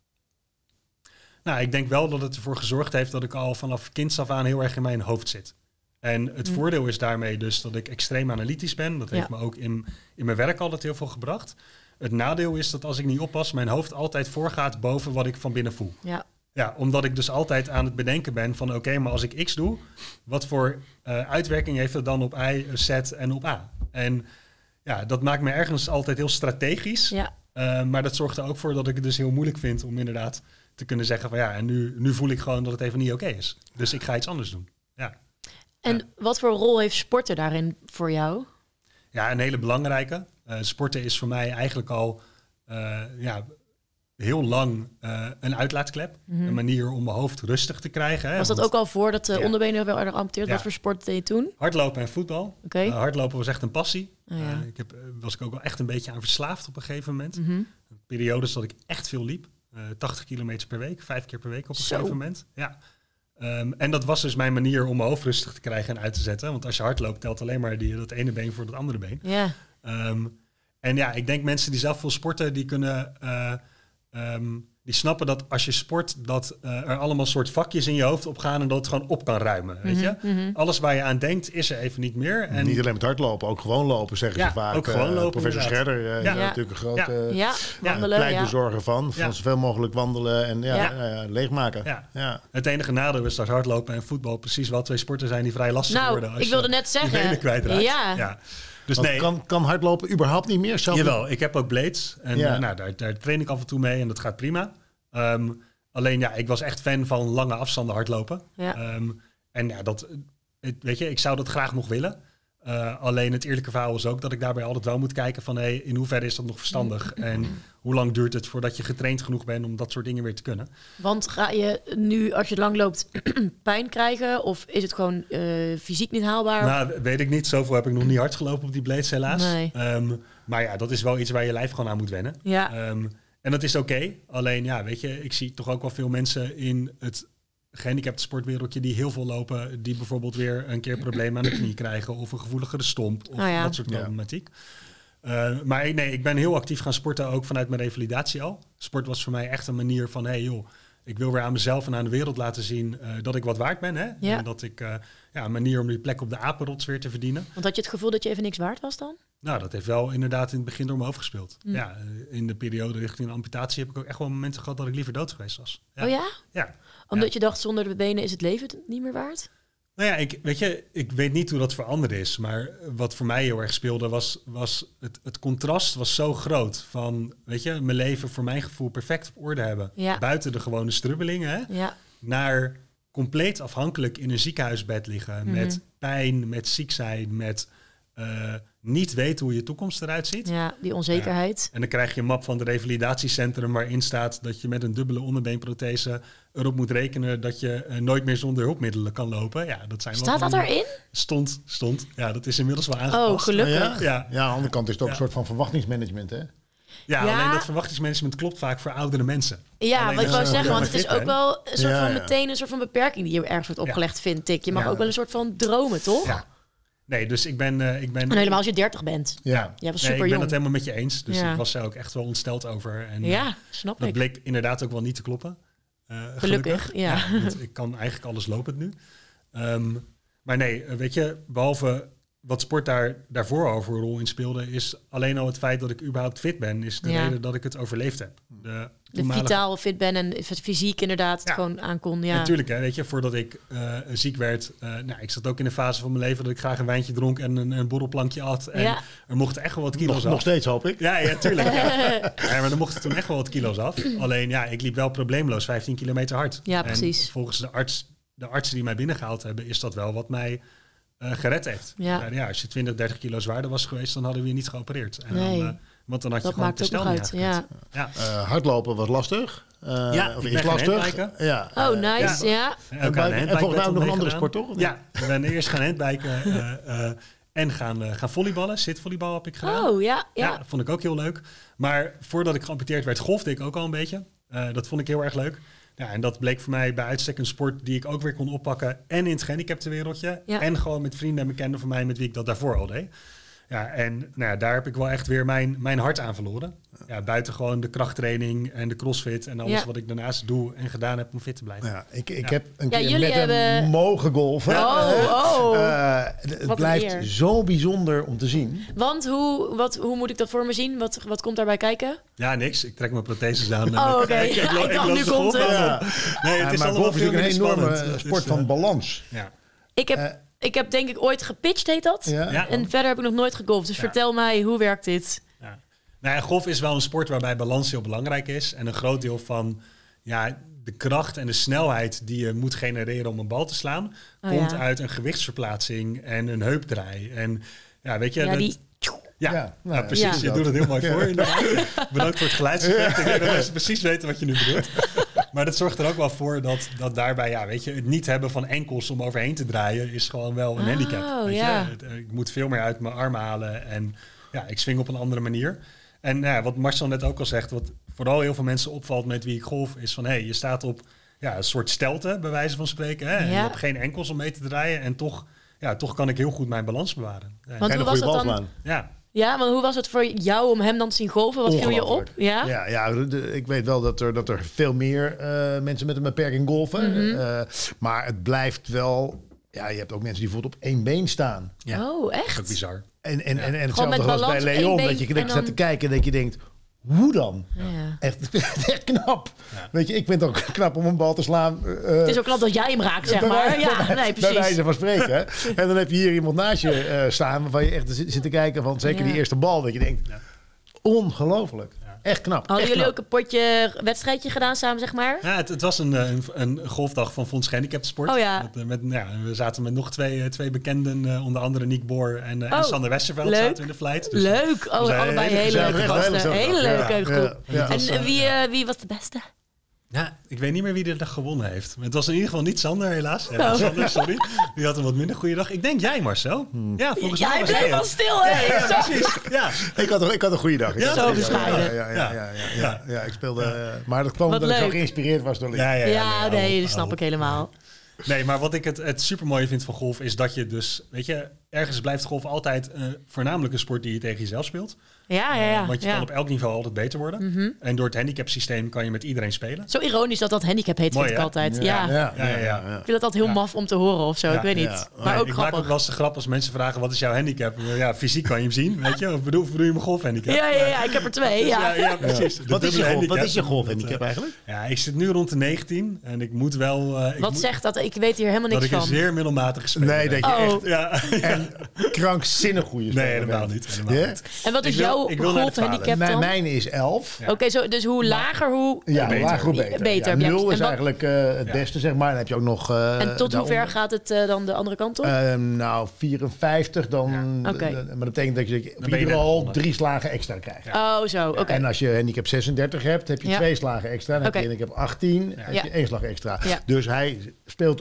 [SPEAKER 1] Nou, ik denk wel dat het ervoor gezorgd heeft dat ik al vanaf kinds af aan heel erg in mijn hoofd zit. En het mm. voordeel is daarmee dus dat ik extreem analytisch ben. Dat heeft ja. me ook in, in mijn werk altijd heel veel gebracht. Het nadeel is dat als ik niet oppas, mijn hoofd altijd voorgaat boven wat ik van binnen voel.
[SPEAKER 3] Ja.
[SPEAKER 1] Ja, omdat ik dus altijd aan het bedenken ben van oké, okay, maar als ik X doe, wat voor uh, uitwerking heeft het dan op Y, Z en op A? En ja, dat maakt me ergens altijd heel strategisch.
[SPEAKER 3] Ja.
[SPEAKER 1] Uh, maar dat zorgt er ook voor dat ik het dus heel moeilijk vind om inderdaad te kunnen zeggen van ja, en nu, nu voel ik gewoon dat het even niet oké okay is. Dus ik ga iets anders doen. Ja.
[SPEAKER 3] En
[SPEAKER 1] ja.
[SPEAKER 3] wat voor rol heeft sporten daarin voor jou?
[SPEAKER 1] Ja, een hele belangrijke. Uh, sporten is voor mij eigenlijk al uh, ja, heel lang uh, een uitlaatklep. Mm-hmm. Een manier om mijn hoofd rustig te krijgen. Hè,
[SPEAKER 3] was dat
[SPEAKER 1] want,
[SPEAKER 3] ook al voordat de ja. onderbenen werden geamputeerd?
[SPEAKER 1] Ja.
[SPEAKER 3] Wat voor sport deed je toen?
[SPEAKER 1] Hardlopen en voetbal.
[SPEAKER 3] Okay.
[SPEAKER 1] Uh, hardlopen was echt een passie.
[SPEAKER 3] Oh, ja.
[SPEAKER 1] uh, ik heb, uh, was ik ook wel echt een beetje aan verslaafd op een gegeven moment.
[SPEAKER 3] Mm-hmm.
[SPEAKER 1] Periodes dat ik echt veel liep. Uh, tachtig kilometer per week, vijf keer per week op een
[SPEAKER 3] Zo.
[SPEAKER 1] gegeven moment. Ja. Um, en dat was dus mijn manier om mijn hoofd rustig te krijgen en uit te zetten. Want als je hard loopt, telt alleen maar die, dat ene been voor dat andere been.
[SPEAKER 3] Ja.
[SPEAKER 1] Um, en ja, ik denk mensen die zelf veel sporten, die kunnen... Uh, um, die snappen dat als je sport, dat uh, er allemaal soort vakjes in je hoofd opgaan en dat het gewoon op kan ruimen. Weet je?
[SPEAKER 3] Mm-hmm, mm-hmm.
[SPEAKER 1] Alles waar je aan denkt, is er even niet meer. En
[SPEAKER 2] niet alleen met hardlopen, ook gewoon lopen, zeggen
[SPEAKER 1] ja,
[SPEAKER 2] ze vaak.
[SPEAKER 1] Ook gewoon lopen.
[SPEAKER 2] Uh, professor Scherder uh,
[SPEAKER 1] ja.
[SPEAKER 2] is
[SPEAKER 3] ja.
[SPEAKER 2] natuurlijk een grote
[SPEAKER 3] ja. Ja, wandelen,
[SPEAKER 2] pleitbezorger van. Van
[SPEAKER 1] ja.
[SPEAKER 2] zoveel mogelijk wandelen en ja,
[SPEAKER 3] Ja.
[SPEAKER 2] uh, leegmaken.
[SPEAKER 1] Ja.
[SPEAKER 2] Ja.
[SPEAKER 1] Het enige nadeel is dat hardlopen en voetbal precies wel twee sporten zijn die vrij lastig
[SPEAKER 3] nou,
[SPEAKER 1] worden. Als
[SPEAKER 3] ik wilde
[SPEAKER 1] je
[SPEAKER 3] net zeggen.
[SPEAKER 1] je benen kwijtraakt.
[SPEAKER 3] Ja.
[SPEAKER 1] ja. Dus
[SPEAKER 2] Want
[SPEAKER 1] nee.
[SPEAKER 2] kan, kan hardlopen überhaupt niet meer? Zelf
[SPEAKER 1] Jawel, ik heb ook blades. En
[SPEAKER 2] ja.
[SPEAKER 1] uh, nou, daar, daar train ik af en toe mee en dat gaat prima. Um, alleen ja, ik was echt fan van lange afstanden hardlopen.
[SPEAKER 3] Ja.
[SPEAKER 1] Um, en ja, dat, het, weet je, ik zou dat graag nog willen. Uh, alleen het eerlijke verhaal is ook dat ik daarbij altijd wel moet kijken van hey, in hoeverre is dat nog verstandig? En hoe lang duurt het voordat je getraind genoeg bent om dat soort dingen weer te kunnen?
[SPEAKER 3] Want ga je nu, als je lang loopt, pijn krijgen? Of is het gewoon uh, fysiek niet haalbaar?
[SPEAKER 1] Nou, weet ik niet. Zoveel heb ik nog niet hard gelopen op die blades helaas.
[SPEAKER 3] Nee.
[SPEAKER 1] Um, maar ja, dat is wel iets waar je lijf gewoon aan moet wennen.
[SPEAKER 3] Ja.
[SPEAKER 1] Um, en dat is oké. Okay. Alleen ja, weet je, ik zie toch ook wel veel mensen in het gehandicapte sportwereldje die heel veel lopen, die bijvoorbeeld weer een keer problemen aan de knie krijgen of een gevoeligere stomp of
[SPEAKER 3] oh ja.
[SPEAKER 1] dat soort problematiek. Ja. Uh, maar nee, ik ben heel actief gaan sporten ook vanuit mijn revalidatie al. Sport was voor mij echt een manier van, hey joh, ik wil weer aan mezelf en aan de wereld laten zien uh, dat ik wat waard ben. Hè?
[SPEAKER 3] Ja.
[SPEAKER 1] En dat ik uh, ja, een manier om die plek op de apenrots weer te verdienen.
[SPEAKER 3] Want had je het gevoel dat je even niks waard was dan?
[SPEAKER 1] Nou, dat heeft wel inderdaad in het begin door mijn hoofd gespeeld.
[SPEAKER 3] Mm.
[SPEAKER 1] Ja, in de periode richting een amputatie heb ik ook echt wel momenten gehad dat ik liever dood geweest was. Ja.
[SPEAKER 3] Oh ja?
[SPEAKER 1] Ja.
[SPEAKER 3] Omdat
[SPEAKER 1] ja.
[SPEAKER 3] je dacht, zonder de benen is het leven niet meer waard?
[SPEAKER 1] Nou ja, ik, weet je, ik weet niet hoe dat veranderd is. Maar wat voor mij heel erg speelde was, was het, het contrast was zo groot. Van, weet je, mijn leven voor mijn gevoel perfect op orde hebben.
[SPEAKER 3] Ja.
[SPEAKER 1] Buiten de gewone strubbelingen. Hè,
[SPEAKER 3] ja.
[SPEAKER 1] Naar compleet afhankelijk in een ziekenhuisbed liggen. Mm-hmm. Met pijn, met ziek zijn, met uh, niet weten hoe je toekomst eruit ziet.
[SPEAKER 3] Ja, die onzekerheid.
[SPEAKER 1] Ja. En dan krijg je een map van het revalidatiecentrum waarin staat dat je met een dubbele onderbeenprothese erop moet rekenen dat je uh, nooit meer zonder hulpmiddelen kan lopen. Ja, dat zijn
[SPEAKER 3] Staat
[SPEAKER 1] wel
[SPEAKER 3] dat erin?
[SPEAKER 1] Stond, stond. Ja, dat is inmiddels wel aangepast.
[SPEAKER 3] Oh, gelukkig.
[SPEAKER 2] Ja, ja. ja aan de andere kant is het ook ja. een soort van verwachtingsmanagement, hè?
[SPEAKER 1] Ja,
[SPEAKER 3] ja,
[SPEAKER 1] alleen dat verwachtingsmanagement klopt vaak voor oudere mensen.
[SPEAKER 3] Ja,
[SPEAKER 1] alleen
[SPEAKER 3] wat ik wou
[SPEAKER 1] uh,
[SPEAKER 3] zeggen, want het is ook wel een soort
[SPEAKER 2] ja,
[SPEAKER 3] van
[SPEAKER 2] ja.
[SPEAKER 3] meteen een soort van beperking die je ergens wordt opgelegd, ja. vind ik. Je mag
[SPEAKER 1] ja.
[SPEAKER 3] ook wel een soort van dromen, toch?
[SPEAKER 1] Ja. Nee, dus ik ben... Uh, ik ben
[SPEAKER 3] en helemaal als je dertig bent.
[SPEAKER 2] Ja,
[SPEAKER 3] ja was super
[SPEAKER 1] nee, ik ben
[SPEAKER 3] jong.
[SPEAKER 1] het helemaal met je eens. Dus
[SPEAKER 3] ja.
[SPEAKER 1] ik was er ook echt wel ontsteld over. En,
[SPEAKER 3] ja, snap
[SPEAKER 1] dat
[SPEAKER 3] ik.
[SPEAKER 1] Dat bleek inderdaad ook wel niet te kloppen. Uh,
[SPEAKER 3] gelukkig,
[SPEAKER 1] gelukkig,
[SPEAKER 3] ja.
[SPEAKER 1] ja want ik kan eigenlijk alles lopend nu. Um, maar nee, weet je, behalve wat sport daar, daarvoor over een rol in speelde, is alleen al het feit dat ik überhaupt fit ben, is de ja. reden dat ik het overleefd heb. De,
[SPEAKER 3] de vitaal fit ben en fysiek inderdaad het
[SPEAKER 1] ja.
[SPEAKER 3] gewoon aankon. Ja,
[SPEAKER 1] natuurlijk. Hè, weet je, voordat ik uh, ziek werd, uh, nou, ik zat ook in een fase van mijn leven dat ik graag een wijntje dronk en een, een borrelplankje at. En
[SPEAKER 3] ja.
[SPEAKER 1] er mochten echt wel wat kilo's
[SPEAKER 2] nog,
[SPEAKER 1] af.
[SPEAKER 2] Nog steeds, hoop ik.
[SPEAKER 1] Ja, ja, tuurlijk. ja. ja, maar er mochten toen echt wel wat kilo's af. Alleen ja, ik liep wel probleemloos vijftien kilometer hard.
[SPEAKER 3] Ja, precies.
[SPEAKER 1] En volgens de arts, de artsen die mij binnengehaald hebben, is dat wel wat mij Uh, gered heeft.
[SPEAKER 3] Ja.
[SPEAKER 1] Uh, ja, als je twintig, dertig kilo zwaarder was geweest, dan hadden we je niet geopereerd. En
[SPEAKER 3] nee.
[SPEAKER 1] dan, uh, want dan had
[SPEAKER 3] dat
[SPEAKER 1] je gewoon
[SPEAKER 3] maakt ook nog uit. Ja.
[SPEAKER 1] Ja.
[SPEAKER 2] Uh, hardlopen was lastig. Uh,
[SPEAKER 1] ja,
[SPEAKER 2] of is lastig.
[SPEAKER 1] Ja.
[SPEAKER 3] Oh, nice. Ja.
[SPEAKER 1] ja.
[SPEAKER 2] En, en, en volgens mij ook nog een andere sport, toch?
[SPEAKER 1] Ja, we zijn eerst gaan handbiken uh, uh, en gaan, uh, gaan volleyballen. Zitvolleybal heb ik gedaan.
[SPEAKER 3] Oh, ja, ja.
[SPEAKER 1] Ja, vond ik ook heel leuk. Maar voordat ik geamputeerd werd, golfde ik ook al een beetje. Uh, dat vond ik heel erg leuk. Ja, en dat bleek voor mij bij uitstek een sport die ik ook weer kon oppakken. En in het gehandicapte wereldje. Ja. En gewoon met vrienden en bekenden van mij met wie ik dat daarvoor al deed. Ja, en nou ja, daar heb ik wel echt weer mijn, mijn hart aan verloren. Ja, buiten gewoon de krachttraining en de crossfit en alles ja. wat ik daarnaast doe en gedaan heb om fit te blijven.
[SPEAKER 2] Ja, ik ik
[SPEAKER 1] ja.
[SPEAKER 2] heb een
[SPEAKER 3] ja,
[SPEAKER 2] keer met
[SPEAKER 3] hebben...
[SPEAKER 2] hem mogen golfen.
[SPEAKER 3] Oh, oh.
[SPEAKER 2] Uh, het
[SPEAKER 3] wat
[SPEAKER 2] blijft zo bijzonder om te zien.
[SPEAKER 3] Want hoe, wat, hoe moet ik dat voor me zien? Wat, wat komt daarbij kijken?
[SPEAKER 1] Ja, niks. Ik trek mijn protheses aan.
[SPEAKER 3] Oh, oké. Okay. Ja, ik dacht, nu komt het.
[SPEAKER 2] Ja.
[SPEAKER 1] Nee, het is
[SPEAKER 2] ja, maar golf is natuurlijk een enorme
[SPEAKER 1] spannend.
[SPEAKER 2] sport
[SPEAKER 1] is, uh,
[SPEAKER 2] van balans.
[SPEAKER 1] Ja.
[SPEAKER 3] Ik heb... Uh, Ik heb denk ik ooit gepitcht, heet dat?
[SPEAKER 2] Ja.
[SPEAKER 1] Ja.
[SPEAKER 3] En verder heb ik nog nooit gegolfd. Dus ja. vertel mij, hoe werkt dit?
[SPEAKER 1] Ja. Nou ja, golf is wel een sport waarbij balans heel belangrijk is. En een groot deel van ja, de kracht en de snelheid die je moet genereren om een bal te slaan...
[SPEAKER 3] Oh,
[SPEAKER 1] komt
[SPEAKER 3] ja.
[SPEAKER 1] uit een gewichtsverplaatsing en een heupdraai. En ja, weet je...
[SPEAKER 3] Ja,
[SPEAKER 1] dat,
[SPEAKER 3] die...
[SPEAKER 1] Ja,
[SPEAKER 2] ja, nou,
[SPEAKER 1] ja, precies.
[SPEAKER 3] Ja.
[SPEAKER 1] Je doet het heel mooi voor. Ja. Bedankt voor het geluidseffect. Ja. Ik denk dat mensen precies weten wat je nu bedoelt. Maar dat zorgt er ook wel voor dat, dat daarbij, ja, weet je, het niet hebben van enkels om overheen te draaien is gewoon wel een
[SPEAKER 3] oh,
[SPEAKER 1] handicap. Weet
[SPEAKER 3] ja.
[SPEAKER 1] je? Ik moet veel meer uit mijn armen halen en ja, ik swing op een andere manier. En ja, wat Marcel net ook al zegt, wat vooral heel veel mensen opvalt met wie ik golf, is van hé, hey, je staat op ja, een soort stelte, bij wijze van spreken. Hè? En
[SPEAKER 3] Ja.
[SPEAKER 1] je hebt geen enkels om mee te draaien. En toch, ja, toch kan ik heel goed mijn balans bewaren. Ja.
[SPEAKER 3] Want
[SPEAKER 2] En
[SPEAKER 3] hoe
[SPEAKER 2] een
[SPEAKER 3] was
[SPEAKER 2] goede
[SPEAKER 3] dat dan?
[SPEAKER 2] balslaan.
[SPEAKER 1] ja.
[SPEAKER 3] Ja, maar hoe was het voor jou om hem dan te zien golven? Wat viel je op?
[SPEAKER 2] Ongelooflijk.
[SPEAKER 3] Ja?
[SPEAKER 2] Ja, ja de- ik weet wel dat er, dat er veel meer uh, mensen met een beperking golfen.
[SPEAKER 3] Mhm.
[SPEAKER 2] Uh, maar het blijft wel... Ja, je hebt ook mensen die bijvoorbeeld op één been staan.
[SPEAKER 1] Ja.
[SPEAKER 3] Oh,
[SPEAKER 1] Dat
[SPEAKER 3] echt?
[SPEAKER 1] is bizar.
[SPEAKER 2] En, en,
[SPEAKER 1] Ja.
[SPEAKER 2] en, en
[SPEAKER 3] Gewoon
[SPEAKER 2] hetzelfde
[SPEAKER 3] met
[SPEAKER 2] was
[SPEAKER 3] balans
[SPEAKER 2] bij
[SPEAKER 3] op één
[SPEAKER 2] Leon.
[SPEAKER 3] been
[SPEAKER 2] Dat je, dat
[SPEAKER 3] en
[SPEAKER 2] je staat te
[SPEAKER 3] dan-
[SPEAKER 2] kijken en dat je denkt... Hoe dan?
[SPEAKER 3] Ja.
[SPEAKER 2] Echt, echt knap.
[SPEAKER 1] Ja.
[SPEAKER 2] Weet je, ik vind het ook knap om een bal te slaan. Uh,
[SPEAKER 3] Het is ook knap dat jij hem raakt, zeg
[SPEAKER 2] bij
[SPEAKER 3] maar.
[SPEAKER 2] wijze-
[SPEAKER 3] Ja,
[SPEAKER 2] bij-
[SPEAKER 3] nee,
[SPEAKER 2] Bij
[SPEAKER 3] precies.
[SPEAKER 2] wijze van spreken. En dan heb je hier iemand naast je uh, staan... waarvan je echt zit, zit te kijken van zeker
[SPEAKER 3] Ja.
[SPEAKER 2] die eerste bal. Dat je denkt,
[SPEAKER 1] Ja.
[SPEAKER 2] ongelooflijk.
[SPEAKER 1] Ja.
[SPEAKER 2] Echt knap.
[SPEAKER 3] Hadden
[SPEAKER 2] echt
[SPEAKER 3] jullie
[SPEAKER 2] knap.
[SPEAKER 3] ook een potje wedstrijdje gedaan samen, zeg maar?
[SPEAKER 1] Ja, het, het was een, een, een golfdag van Fonds Gehandicapten Sport.
[SPEAKER 3] Oh ja.
[SPEAKER 1] Met, met, ja, we zaten met nog twee, eh, twee bekenden, uh, onder andere Nick Boer en, uh,
[SPEAKER 3] Oh,
[SPEAKER 1] en Sander Westerveld
[SPEAKER 3] leuk.
[SPEAKER 1] zaten in de flight. Dus
[SPEAKER 3] Leuk. Oh,
[SPEAKER 1] zijn
[SPEAKER 3] allebei
[SPEAKER 1] hele
[SPEAKER 3] hele
[SPEAKER 1] gezellige
[SPEAKER 3] leuke
[SPEAKER 2] gasten.
[SPEAKER 3] gasten.
[SPEAKER 2] Hele
[SPEAKER 3] Hele
[SPEAKER 2] gezellige
[SPEAKER 3] leuke
[SPEAKER 2] gasten.
[SPEAKER 3] groep.
[SPEAKER 2] Ja, ja.
[SPEAKER 3] En
[SPEAKER 1] was,
[SPEAKER 3] eh,
[SPEAKER 1] uh,
[SPEAKER 3] wie,
[SPEAKER 1] ja.
[SPEAKER 3] eh, wie was de beste?
[SPEAKER 1] Ja, ik weet niet meer wie de dag gewonnen heeft. Het was in ieder geval niet Sander, helaas. Ja,
[SPEAKER 3] Oh.
[SPEAKER 1] Sander, sorry. Die had een wat minder goede dag. Ik denk jij, Marcel. Ja, volgens mij
[SPEAKER 3] Jij
[SPEAKER 1] was
[SPEAKER 3] bleef
[SPEAKER 1] jij
[SPEAKER 3] wel
[SPEAKER 1] het.
[SPEAKER 3] stil, hè? Zo.
[SPEAKER 1] Precies, ja.
[SPEAKER 2] Ik had, ik had een goede dag. Ik
[SPEAKER 1] Ja,
[SPEAKER 2] had
[SPEAKER 1] zo
[SPEAKER 2] een goede dag.
[SPEAKER 3] bescheiden.
[SPEAKER 2] Ja, ja, ja, ja, ja, ja, ja. Ik speelde...
[SPEAKER 1] Ja.
[SPEAKER 2] uh, maar dat kwam
[SPEAKER 3] Wat
[SPEAKER 2] omdat ik zo
[SPEAKER 3] leuk.
[SPEAKER 2] geïnspireerd was door Link.
[SPEAKER 1] Ja, ja, ja,
[SPEAKER 3] Ja,
[SPEAKER 1] nee,
[SPEAKER 3] nee,
[SPEAKER 1] oh,
[SPEAKER 3] dat snap
[SPEAKER 1] oh.
[SPEAKER 3] ik helemaal.
[SPEAKER 1] Nee, maar wat ik het, het supermooie vind van golf is dat je dus, weet je, ergens blijft golf altijd uh, voornamelijk een sport die je tegen jezelf speelt.
[SPEAKER 3] Ja, ja, ja.
[SPEAKER 1] Uh, want je
[SPEAKER 3] ja.
[SPEAKER 1] kan op elk niveau altijd beter worden.
[SPEAKER 3] Mhm.
[SPEAKER 1] En door het handicapsysteem kan je met iedereen spelen.
[SPEAKER 3] Zo ironisch dat dat handicap heet,
[SPEAKER 1] Mooi,
[SPEAKER 3] vind ik
[SPEAKER 1] hè?
[SPEAKER 3] altijd. Ja.
[SPEAKER 2] Ja, ja,
[SPEAKER 1] Ja, ja, ja.
[SPEAKER 2] ja.
[SPEAKER 3] Ik vind het altijd heel
[SPEAKER 1] Ja.
[SPEAKER 3] maf om te horen of zo.
[SPEAKER 1] Ja,
[SPEAKER 3] ik weet niet.
[SPEAKER 2] ja.
[SPEAKER 3] Maar ook
[SPEAKER 1] ik
[SPEAKER 3] grappig.
[SPEAKER 1] maak ook wel eens de grap als mensen vragen, wat is jouw handicap? Ja, fysiek kan je hem zien, weet je. Of bedoel, of bedoel je mijn golfhandicap?
[SPEAKER 3] Ja, ja, ja, ik heb er twee.
[SPEAKER 1] Dus
[SPEAKER 3] Ja.
[SPEAKER 1] ja, ja, precies. De
[SPEAKER 2] Wat is je
[SPEAKER 1] dubbele
[SPEAKER 2] golf? Wat
[SPEAKER 1] handicap.
[SPEAKER 2] is je golfhandicap
[SPEAKER 1] Dat, uh,
[SPEAKER 2] eigenlijk?
[SPEAKER 1] Ja, ik zit nu rond de negentien en ik moet wel... Uh, ik
[SPEAKER 3] Wat
[SPEAKER 1] moet,
[SPEAKER 3] zegt dat? Ik weet hier helemaal
[SPEAKER 1] dat
[SPEAKER 3] niks
[SPEAKER 1] ik een
[SPEAKER 3] van.
[SPEAKER 1] zeer middelmatige speler
[SPEAKER 2] Nee,
[SPEAKER 1] ben.
[SPEAKER 2] dat je
[SPEAKER 3] Oh.
[SPEAKER 2] echt
[SPEAKER 1] Ja,
[SPEAKER 2] en krankzinnig goede
[SPEAKER 1] nee,
[SPEAKER 2] speler
[SPEAKER 1] helemaal
[SPEAKER 2] bent.
[SPEAKER 1] niet. Helemaal
[SPEAKER 2] Ja?
[SPEAKER 1] niet.
[SPEAKER 3] En wat is
[SPEAKER 1] Ik wil-
[SPEAKER 3] jouw
[SPEAKER 1] ik wil naar de
[SPEAKER 3] golfhandicap
[SPEAKER 2] Mijn,
[SPEAKER 3] dan?
[SPEAKER 2] mijne is elf.
[SPEAKER 1] Ja.
[SPEAKER 3] Oké, zo dus hoe lager, hoe...
[SPEAKER 2] Ja,
[SPEAKER 1] Beter.
[SPEAKER 2] lager hoe beter.
[SPEAKER 3] Beter,
[SPEAKER 2] Ja,
[SPEAKER 3] ja.
[SPEAKER 2] nul
[SPEAKER 3] En
[SPEAKER 2] is
[SPEAKER 3] wat-
[SPEAKER 2] eigenlijk uh, het
[SPEAKER 1] Ja.
[SPEAKER 2] beste, zeg maar. Dan heb je ook nog... Uh,
[SPEAKER 3] En tot hoe ver
[SPEAKER 2] daaronder.
[SPEAKER 3] gaat het uh, dan de andere kant op?
[SPEAKER 2] Uh, nou, vierenvijftig, dan...
[SPEAKER 1] Ja.
[SPEAKER 3] Oké.
[SPEAKER 2] d- d- maar dat betekent dat je op
[SPEAKER 1] ben je
[SPEAKER 2] ieder
[SPEAKER 1] net
[SPEAKER 2] geval
[SPEAKER 1] begonnen.
[SPEAKER 2] drie slagen extra krijgt.
[SPEAKER 3] Oh, zo. Oké.
[SPEAKER 2] En als je handicap zesendertig hebt, heb je
[SPEAKER 3] Ja.
[SPEAKER 2] twee slagen extra. Dan
[SPEAKER 3] Oké.
[SPEAKER 2] heb je handicap achttien, heb
[SPEAKER 3] Ja.
[SPEAKER 2] je één slag extra.
[SPEAKER 3] Ja.
[SPEAKER 2] Dus hij speelt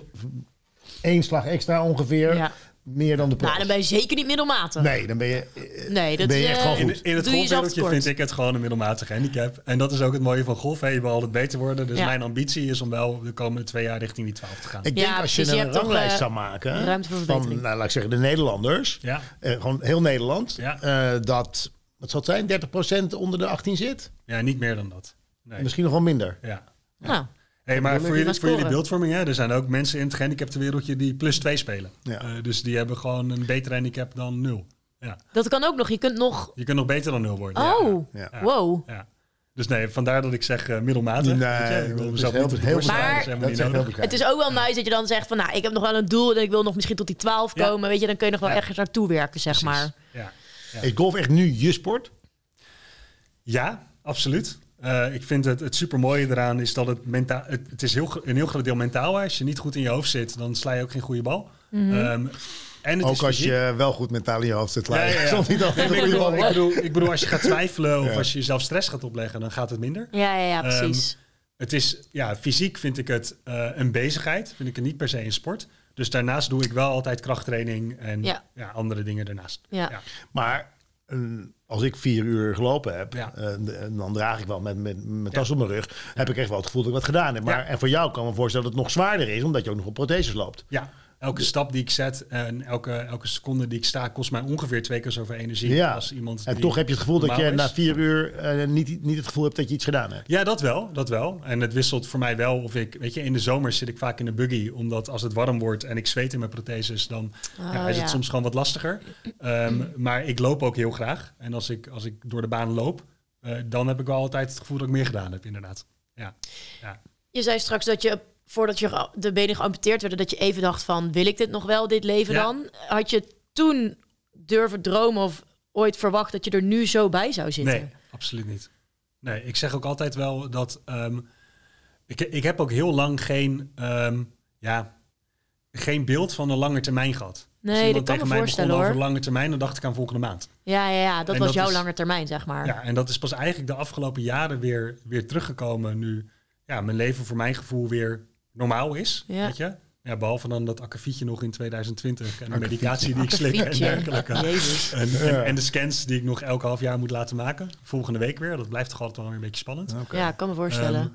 [SPEAKER 2] één slag extra ongeveer,
[SPEAKER 3] Ja.
[SPEAKER 2] meer dan de pro's.
[SPEAKER 3] Nou, dan ben je zeker niet middelmatig.
[SPEAKER 2] Nee, dan ben je, eh,
[SPEAKER 3] Nee, dat
[SPEAKER 2] ben je echt
[SPEAKER 3] eh,
[SPEAKER 2] gewoon
[SPEAKER 1] In,
[SPEAKER 2] goed.
[SPEAKER 1] in het
[SPEAKER 3] Doe je jezelf
[SPEAKER 1] golfwereldje
[SPEAKER 3] tekort.
[SPEAKER 1] vind ik het gewoon een middelmatige handicap. En dat is ook het mooie van golf. Hè. Je wil altijd beter worden. Dus
[SPEAKER 3] Ja.
[SPEAKER 1] mijn ambitie is om wel de komende twee jaar richting die twaalf te gaan.
[SPEAKER 2] Ik
[SPEAKER 3] Ja,
[SPEAKER 2] denk als je
[SPEAKER 3] precies. Je
[SPEAKER 2] een
[SPEAKER 3] hebt toch,
[SPEAKER 2] ranglijst
[SPEAKER 3] eh,
[SPEAKER 2] zou maken
[SPEAKER 3] ruimte voor
[SPEAKER 2] van,
[SPEAKER 3] verbetering.
[SPEAKER 2] nou, laat ik zeggen, de Nederlanders,
[SPEAKER 1] Ja,
[SPEAKER 2] eh, gewoon heel Nederland,
[SPEAKER 1] Ja.
[SPEAKER 2] eh, dat, wat zal het zijn, dertig procent onder de achttien zit?
[SPEAKER 1] ja, niet meer dan dat. Nee.
[SPEAKER 2] Misschien nog wel minder.
[SPEAKER 1] Ja.
[SPEAKER 3] Nou,
[SPEAKER 1] Hey, maar
[SPEAKER 2] bedoel
[SPEAKER 1] voor
[SPEAKER 2] ik,
[SPEAKER 1] jullie,
[SPEAKER 3] maar
[SPEAKER 1] voor jullie
[SPEAKER 3] scoren.
[SPEAKER 1] beeldvorming, hè, er zijn ook mensen in het gehandicapte wereldje die plus twee spelen.
[SPEAKER 2] Ja.
[SPEAKER 1] Uh, dus die hebben gewoon een betere handicap dan nul. Ja.
[SPEAKER 3] dat kan ook nog. Je kunt nog...
[SPEAKER 1] Je kunt nog beter dan nul worden.
[SPEAKER 3] Oh,
[SPEAKER 2] Ja.
[SPEAKER 1] Ja.
[SPEAKER 3] wow.
[SPEAKER 1] Ja. Dus nee, vandaar dat ik zeg uh, middelmatig.
[SPEAKER 2] Nee,
[SPEAKER 1] Weet je, ik wil
[SPEAKER 2] dat
[SPEAKER 1] mezelf
[SPEAKER 2] is heel-
[SPEAKER 1] niet op de
[SPEAKER 2] heel
[SPEAKER 1] borst slaan,
[SPEAKER 3] bescheiden.
[SPEAKER 1] dat is helemaal
[SPEAKER 2] Dat
[SPEAKER 1] niet
[SPEAKER 2] is echt
[SPEAKER 1] nodig.
[SPEAKER 2] heel
[SPEAKER 3] Het is ook wel nice dat je dan zegt van... Nou, ik heb nog wel een doel en ik wil nog misschien tot die twaalf
[SPEAKER 1] Ja.
[SPEAKER 3] komen. Weet je, dan kun je nog wel
[SPEAKER 1] Ja.
[SPEAKER 3] ergens naartoe werken, zeg
[SPEAKER 1] Precies.
[SPEAKER 3] maar.
[SPEAKER 1] Ja. Ja.
[SPEAKER 2] Is golf echt nu je sport?
[SPEAKER 1] Ja, absoluut. Uh, ik vind het, het supermooie eraan is dat het mentaal... Het, het is heel, gro- een heel groot deel mentaal. Als je niet goed in je hoofd zit, dan sla je ook geen goede bal.
[SPEAKER 3] Mhm.
[SPEAKER 1] Um, en het
[SPEAKER 2] Ook
[SPEAKER 1] is
[SPEAKER 2] als
[SPEAKER 1] fysiek.
[SPEAKER 2] je wel goed mentaal in je hoofd zit.
[SPEAKER 1] Ja, ja, ja.
[SPEAKER 2] Soms niet altijd
[SPEAKER 1] Nee,
[SPEAKER 2] een
[SPEAKER 1] maar ik,
[SPEAKER 2] goede
[SPEAKER 1] bedoel,
[SPEAKER 2] bal.
[SPEAKER 1] ik, bedoel, ik bedoel, als je gaat twijfelen of
[SPEAKER 2] Ja.
[SPEAKER 1] als je jezelf stress gaat opleggen, dan gaat het minder.
[SPEAKER 3] Ja, ja, ja,
[SPEAKER 1] Ehm,
[SPEAKER 3] precies.
[SPEAKER 1] Het is, ja, fysiek vind ik het uh, een bezigheid. Vind ik het niet per se een sport. Dus daarnaast doe ik wel altijd krachttraining en
[SPEAKER 3] Ja.
[SPEAKER 1] ja, andere dingen daarnaast.
[SPEAKER 3] Ja.
[SPEAKER 1] Ja.
[SPEAKER 2] Maar eh, als ik vier uur gelopen heb,
[SPEAKER 1] Ja.
[SPEAKER 2] eh, d- dan draag ik wel met, met mijn
[SPEAKER 1] Ja.
[SPEAKER 2] tas op mijn rug, heb ik echt wel het gevoel dat ik wat gedaan heb. Maar
[SPEAKER 1] Ja.
[SPEAKER 2] en voor jou kan ik me voorstellen dat het nog zwaarder is, omdat je ook nog op protheses loopt.
[SPEAKER 1] Ja, elke stap die ik zet en elke, elke seconde die ik sta, kost mij ongeveer twee keer zoveel energie
[SPEAKER 2] Ja.
[SPEAKER 1] als iemand
[SPEAKER 2] En
[SPEAKER 1] die
[SPEAKER 2] toch heb je het gevoel dat je
[SPEAKER 1] normaal is.
[SPEAKER 2] na vier uur eh, niet, niet het gevoel hebt dat je iets gedaan hebt.
[SPEAKER 1] Ja, dat wel, dat wel. En het wisselt voor mij wel of ik, weet je, in de zomer zit ik vaak in de buggy, omdat als het warm wordt en ik zweet in mijn protheses, dan
[SPEAKER 3] Oh,
[SPEAKER 1] ja, is
[SPEAKER 3] ja.
[SPEAKER 1] het soms gewoon wat lastiger. Um, maar ik loop ook heel graag. En als ik, als ik door de baan loop, uh, dan heb ik wel altijd het gevoel dat ik meer gedaan heb, inderdaad. Ja, ja.
[SPEAKER 3] Je zei straks dat je, voordat je ge- de benen geamputeerd werden, dat je even dacht van, wil ik dit nog wel, dit leven
[SPEAKER 1] Ja.
[SPEAKER 3] dan? Had je toen durven dromen of ooit verwacht dat je er nu zo bij zou zitten?
[SPEAKER 1] Nee, absoluut niet. Nee, ik zeg ook altijd wel dat... Um, ik, ik heb ook heel lang geen, um, ja, geen beeld van een lange termijn gehad.
[SPEAKER 3] Nee,
[SPEAKER 1] Als
[SPEAKER 3] dat
[SPEAKER 1] iemand
[SPEAKER 3] kan
[SPEAKER 1] tegen
[SPEAKER 3] me
[SPEAKER 1] mij
[SPEAKER 3] voorstellen,
[SPEAKER 1] begon
[SPEAKER 3] hoor.
[SPEAKER 1] over lange termijn, dan dacht ik aan volgende maand.
[SPEAKER 3] Ja, ja, ja, dat
[SPEAKER 1] En
[SPEAKER 3] was
[SPEAKER 1] dat
[SPEAKER 3] jouw
[SPEAKER 1] is-
[SPEAKER 3] lange termijn, zeg maar.
[SPEAKER 1] Ja, en dat is pas eigenlijk de afgelopen jaren weer, weer teruggekomen nu ja, mijn leven voor mijn gevoel weer normaal is.
[SPEAKER 3] Ja.
[SPEAKER 1] Weet je? Ja, behalve dan dat akkefietje nog in tweeduizend twintig en de
[SPEAKER 2] Akkefietje.
[SPEAKER 1] medicatie die ik slik en
[SPEAKER 3] Akkefietje.
[SPEAKER 1] dergelijke.
[SPEAKER 3] Jezus.
[SPEAKER 1] En,
[SPEAKER 2] Ja.
[SPEAKER 1] en, en de scans die ik nog elke half jaar moet laten maken. Volgende week weer. Dat blijft toch altijd wel weer een beetje spannend.
[SPEAKER 2] Oké.
[SPEAKER 3] Ja, ik kan me voorstellen.
[SPEAKER 1] Ehm,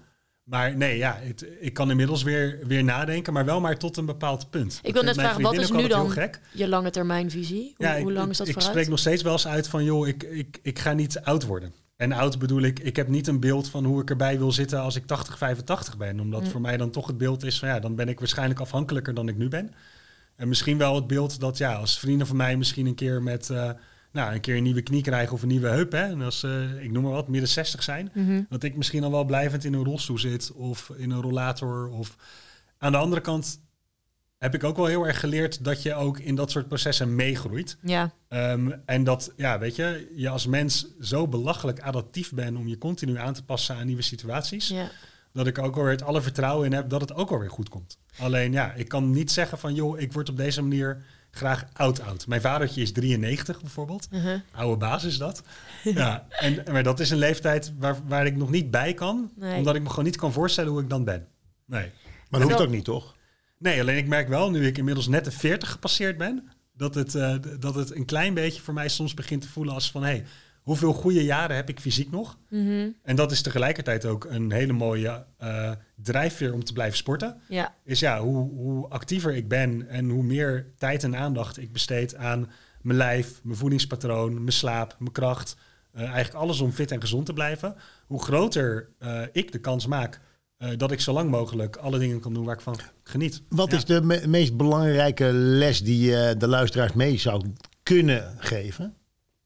[SPEAKER 1] Maar nee, ja, het, ik kan inmiddels weer, weer nadenken, maar wel maar tot een bepaald punt.
[SPEAKER 3] Ik wil net vragen, wat is nu dan
[SPEAKER 1] gek.
[SPEAKER 3] je lange termijn visie? Hoe,
[SPEAKER 1] ja, ik,
[SPEAKER 3] hoe lang is dat
[SPEAKER 1] ik
[SPEAKER 3] vooruit?
[SPEAKER 1] Ik spreek nog steeds wel eens uit van, joh, ik, ik, ik ga niet oud worden. En oud bedoel ik, ik heb niet een beeld van hoe ik erbij wil zitten als ik tachtig, vijfentachtig ben. Omdat mm. voor mij dan toch het beeld is van, ja, dan ben ik waarschijnlijk afhankelijker dan ik nu ben. En misschien wel het beeld dat, ja, als vrienden van mij misschien een keer met... Uh, Nou, een keer een nieuwe knie krijgen of een nieuwe heup. Hè? En als uh, ik noem maar wat, midden zestig zijn. Mm-hmm. Dat ik misschien al wel blijvend in een rolstoel zit. Of in een rollator. Of... Aan de andere kant heb ik ook wel heel erg geleerd dat je ook in dat soort processen meegroeit.
[SPEAKER 3] Ja.
[SPEAKER 1] Um, en dat, ja, weet je, je als mens zo belachelijk adaptief bent om je continu aan te passen aan nieuwe situaties. Ja. Dat ik ook alweer het alle vertrouwen in heb dat het ook alweer goed komt. Alleen ja, ik kan niet zeggen van, joh, ik word op deze manier... graag oud-oud. Mijn vadertje is drieënnegentig bijvoorbeeld. Uh-huh. Oude baas is dat. Ja, en, maar dat is een leeftijd waar, waar ik nog niet bij kan. Nee. Omdat ik me gewoon niet kan voorstellen hoe ik dan ben. Nee.
[SPEAKER 2] Maar dat hoeft ook niet, toch?
[SPEAKER 1] Nee, alleen ik merk wel, nu ik inmiddels net de veertig gepasseerd ben... dat het, uh, dat het een klein beetje voor mij soms begint te voelen als van... Hey, hoeveel goede jaren heb ik fysiek nog? Mm-hmm. En dat is tegelijkertijd ook een hele mooie uh, drijfveer om te blijven sporten. Ja. Is ja, hoe, hoe actiever ik ben en hoe meer tijd en aandacht ik besteed aan mijn lijf, mijn voedingspatroon, mijn slaap, mijn kracht. Uh, eigenlijk alles om fit en gezond te blijven. Hoe groter uh, ik de kans maak uh, dat ik zo lang mogelijk alle dingen kan doen waar ik van geniet.
[SPEAKER 2] Wat
[SPEAKER 1] ja.
[SPEAKER 2] is de me- meest belangrijke les die uh, de luisteraars mee zou kunnen geven?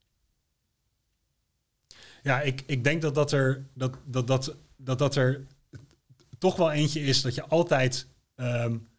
[SPEAKER 1] Ja, ik, ik denk dat dat, er, dat, dat, dat, dat dat er toch wel eentje is dat je altijd, um,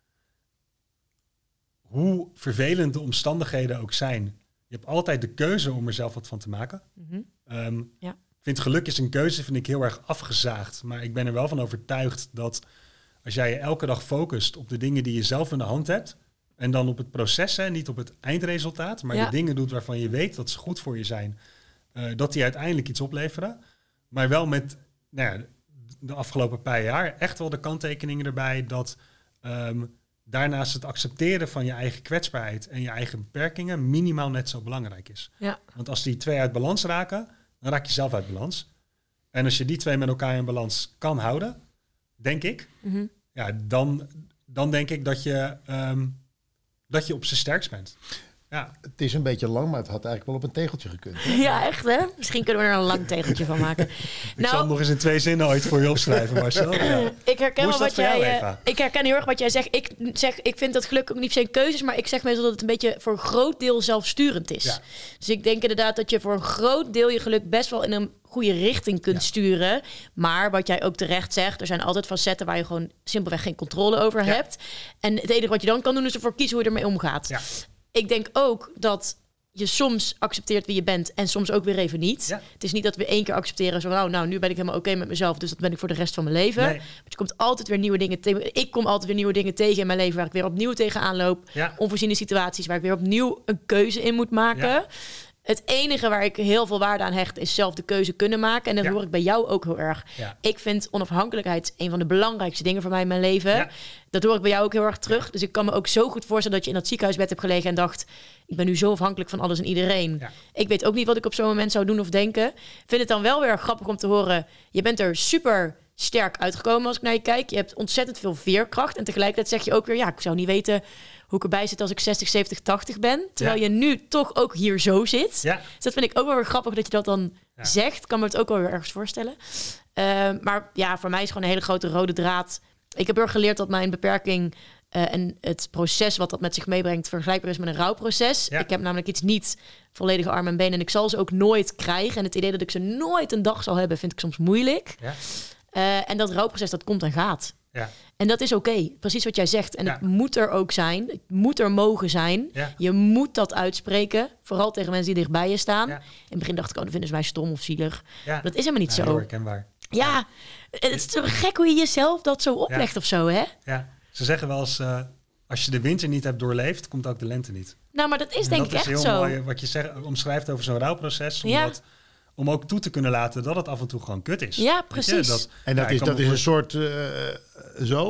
[SPEAKER 1] hoe vervelend de omstandigheden ook zijn, je hebt altijd de keuze om er zelf wat van te maken. Mm-hmm. Um, ja. Ik vind geluk is een keuze, vind ik heel erg afgezaagd. Maar ik ben er wel van overtuigd dat als jij je elke dag focust op de dingen die je zelf in de hand hebt, en dan op het proces, hè, niet op het eindresultaat, maar ja. de dingen doet waarvan je weet dat ze goed voor je zijn, Uh, dat die uiteindelijk iets opleveren. Maar wel met nou ja, de afgelopen paar jaar echt wel de kanttekeningen erbij dat um, daarnaast het accepteren van je eigen kwetsbaarheid en je eigen beperkingen minimaal net zo belangrijk is. Ja. Want als die twee uit balans raken, dan raak je zelf uit balans. En als je die twee met elkaar in balans kan houden, denk ik, mm-hmm. ja, dan, dan denk ik dat je, um, dat je op z'n sterkst bent. Ja.
[SPEAKER 2] Het is een beetje lang, maar het had eigenlijk wel op een tegeltje gekund. Hè?
[SPEAKER 3] Ja, echt hè? Misschien kunnen we er een lang tegeltje van maken.
[SPEAKER 1] Ik nou, zal het nog eens in twee zinnen ooit voor je opschrijven, Marcel. Ja.
[SPEAKER 3] Ik herken wel wat jij. Jou, ik herken heel erg wat jij zegt. Ik zeg, ik vind dat geluk ook niet zijn keuzes, maar ik zeg meestal dat het een beetje voor een groot deel zelfsturend is. Ja. Dus ik denk inderdaad dat je voor een groot deel je geluk best wel in een goede richting kunt ja. sturen. Maar wat jij ook terecht zegt, er zijn altijd facetten waar je gewoon simpelweg geen controle over ja. hebt. En het enige wat je dan kan doen is ervoor kiezen hoe je ermee omgaat. Ja. Ik denk ook dat je soms accepteert wie je bent en soms ook weer even niet. Ja. Het is niet dat we één keer accepteren zo, nou, nou nu ben ik helemaal oké okay met mezelf, dus dat ben ik voor de rest van mijn leven. Nee. Maar je komt altijd weer nieuwe dingen tegen. Ik kom altijd weer nieuwe dingen tegen in mijn leven waar ik weer opnieuw tegenaan loop. Ja. Onvoorziene situaties waar ik weer opnieuw een keuze in moet maken. Ja. Het enige waar ik heel veel waarde aan hecht is zelf de keuze kunnen maken. En dat ja. hoor ik bij jou ook heel erg. Ja. Ik vind onafhankelijkheid een van de belangrijkste dingen voor mij in mijn leven. Ja. Dat hoor ik bij jou ook heel erg terug. Ja. Dus ik kan me ook zo goed voorstellen dat je in dat ziekenhuisbed hebt gelegen en dacht, ik ben nu zo afhankelijk van alles en iedereen. Ja. Ik weet ook niet wat ik op zo'n moment zou doen of denken. Ik vind het dan wel weer grappig om te horen, je bent er super sterk uitgekomen als ik naar je kijk. Je hebt ontzettend veel veerkracht. En tegelijkertijd zeg je ook weer, ja, ik zou niet weten hoe ik erbij zit als ik zestig, zeventig, tachtig ben. Terwijl ja. je nu toch ook hier zo zit. Ja. Dus dat vind ik ook wel weer grappig dat je dat dan ja. zegt. Kan me het ook wel weer ergens voorstellen. Uh, maar ja, voor mij is gewoon een hele grote rode draad. Ik heb heel erg geleerd dat mijn beperking uh, en het proces wat dat met zich meebrengt vergelijkbaar is met een rouwproces. Ja. Ik heb namelijk iets niet volledige armen en benen en ik zal ze ook nooit krijgen. En het idee dat ik ze nooit een dag zal hebben, vind ik soms moeilijk. Ja. Uh, en dat rouwproces, dat komt en gaat. Ja. En dat is oké, okay. Precies wat jij zegt. En ja. het moet er ook zijn. Het moet er mogen zijn. Ja. Je moet dat uitspreken. Vooral tegen mensen die dichtbij je staan. Ja. In het begin dacht ik, oh, dan vinden ze mij stom of zielig. Ja. Maar dat is helemaal niet ja, zo.
[SPEAKER 1] Heel herkenbaar.
[SPEAKER 3] Ja, ja, het is toch gek hoe je jezelf dat zo oplegt ja. of zo, hè?
[SPEAKER 1] Ja, ze zeggen wel eens, uh, als je de winter niet hebt doorleefd, komt ook de lente niet.
[SPEAKER 3] Nou, maar dat is en denk ik echt zo. Dat is heel
[SPEAKER 1] mooi wat je zegt, omschrijft over zo'n rouwproces. Omdat ja. Om ook toe te kunnen laten dat het af en toe gewoon kut is.
[SPEAKER 3] Ja, precies.
[SPEAKER 1] Dat,
[SPEAKER 2] en dat, ja, is, dat is een soort uh, zo?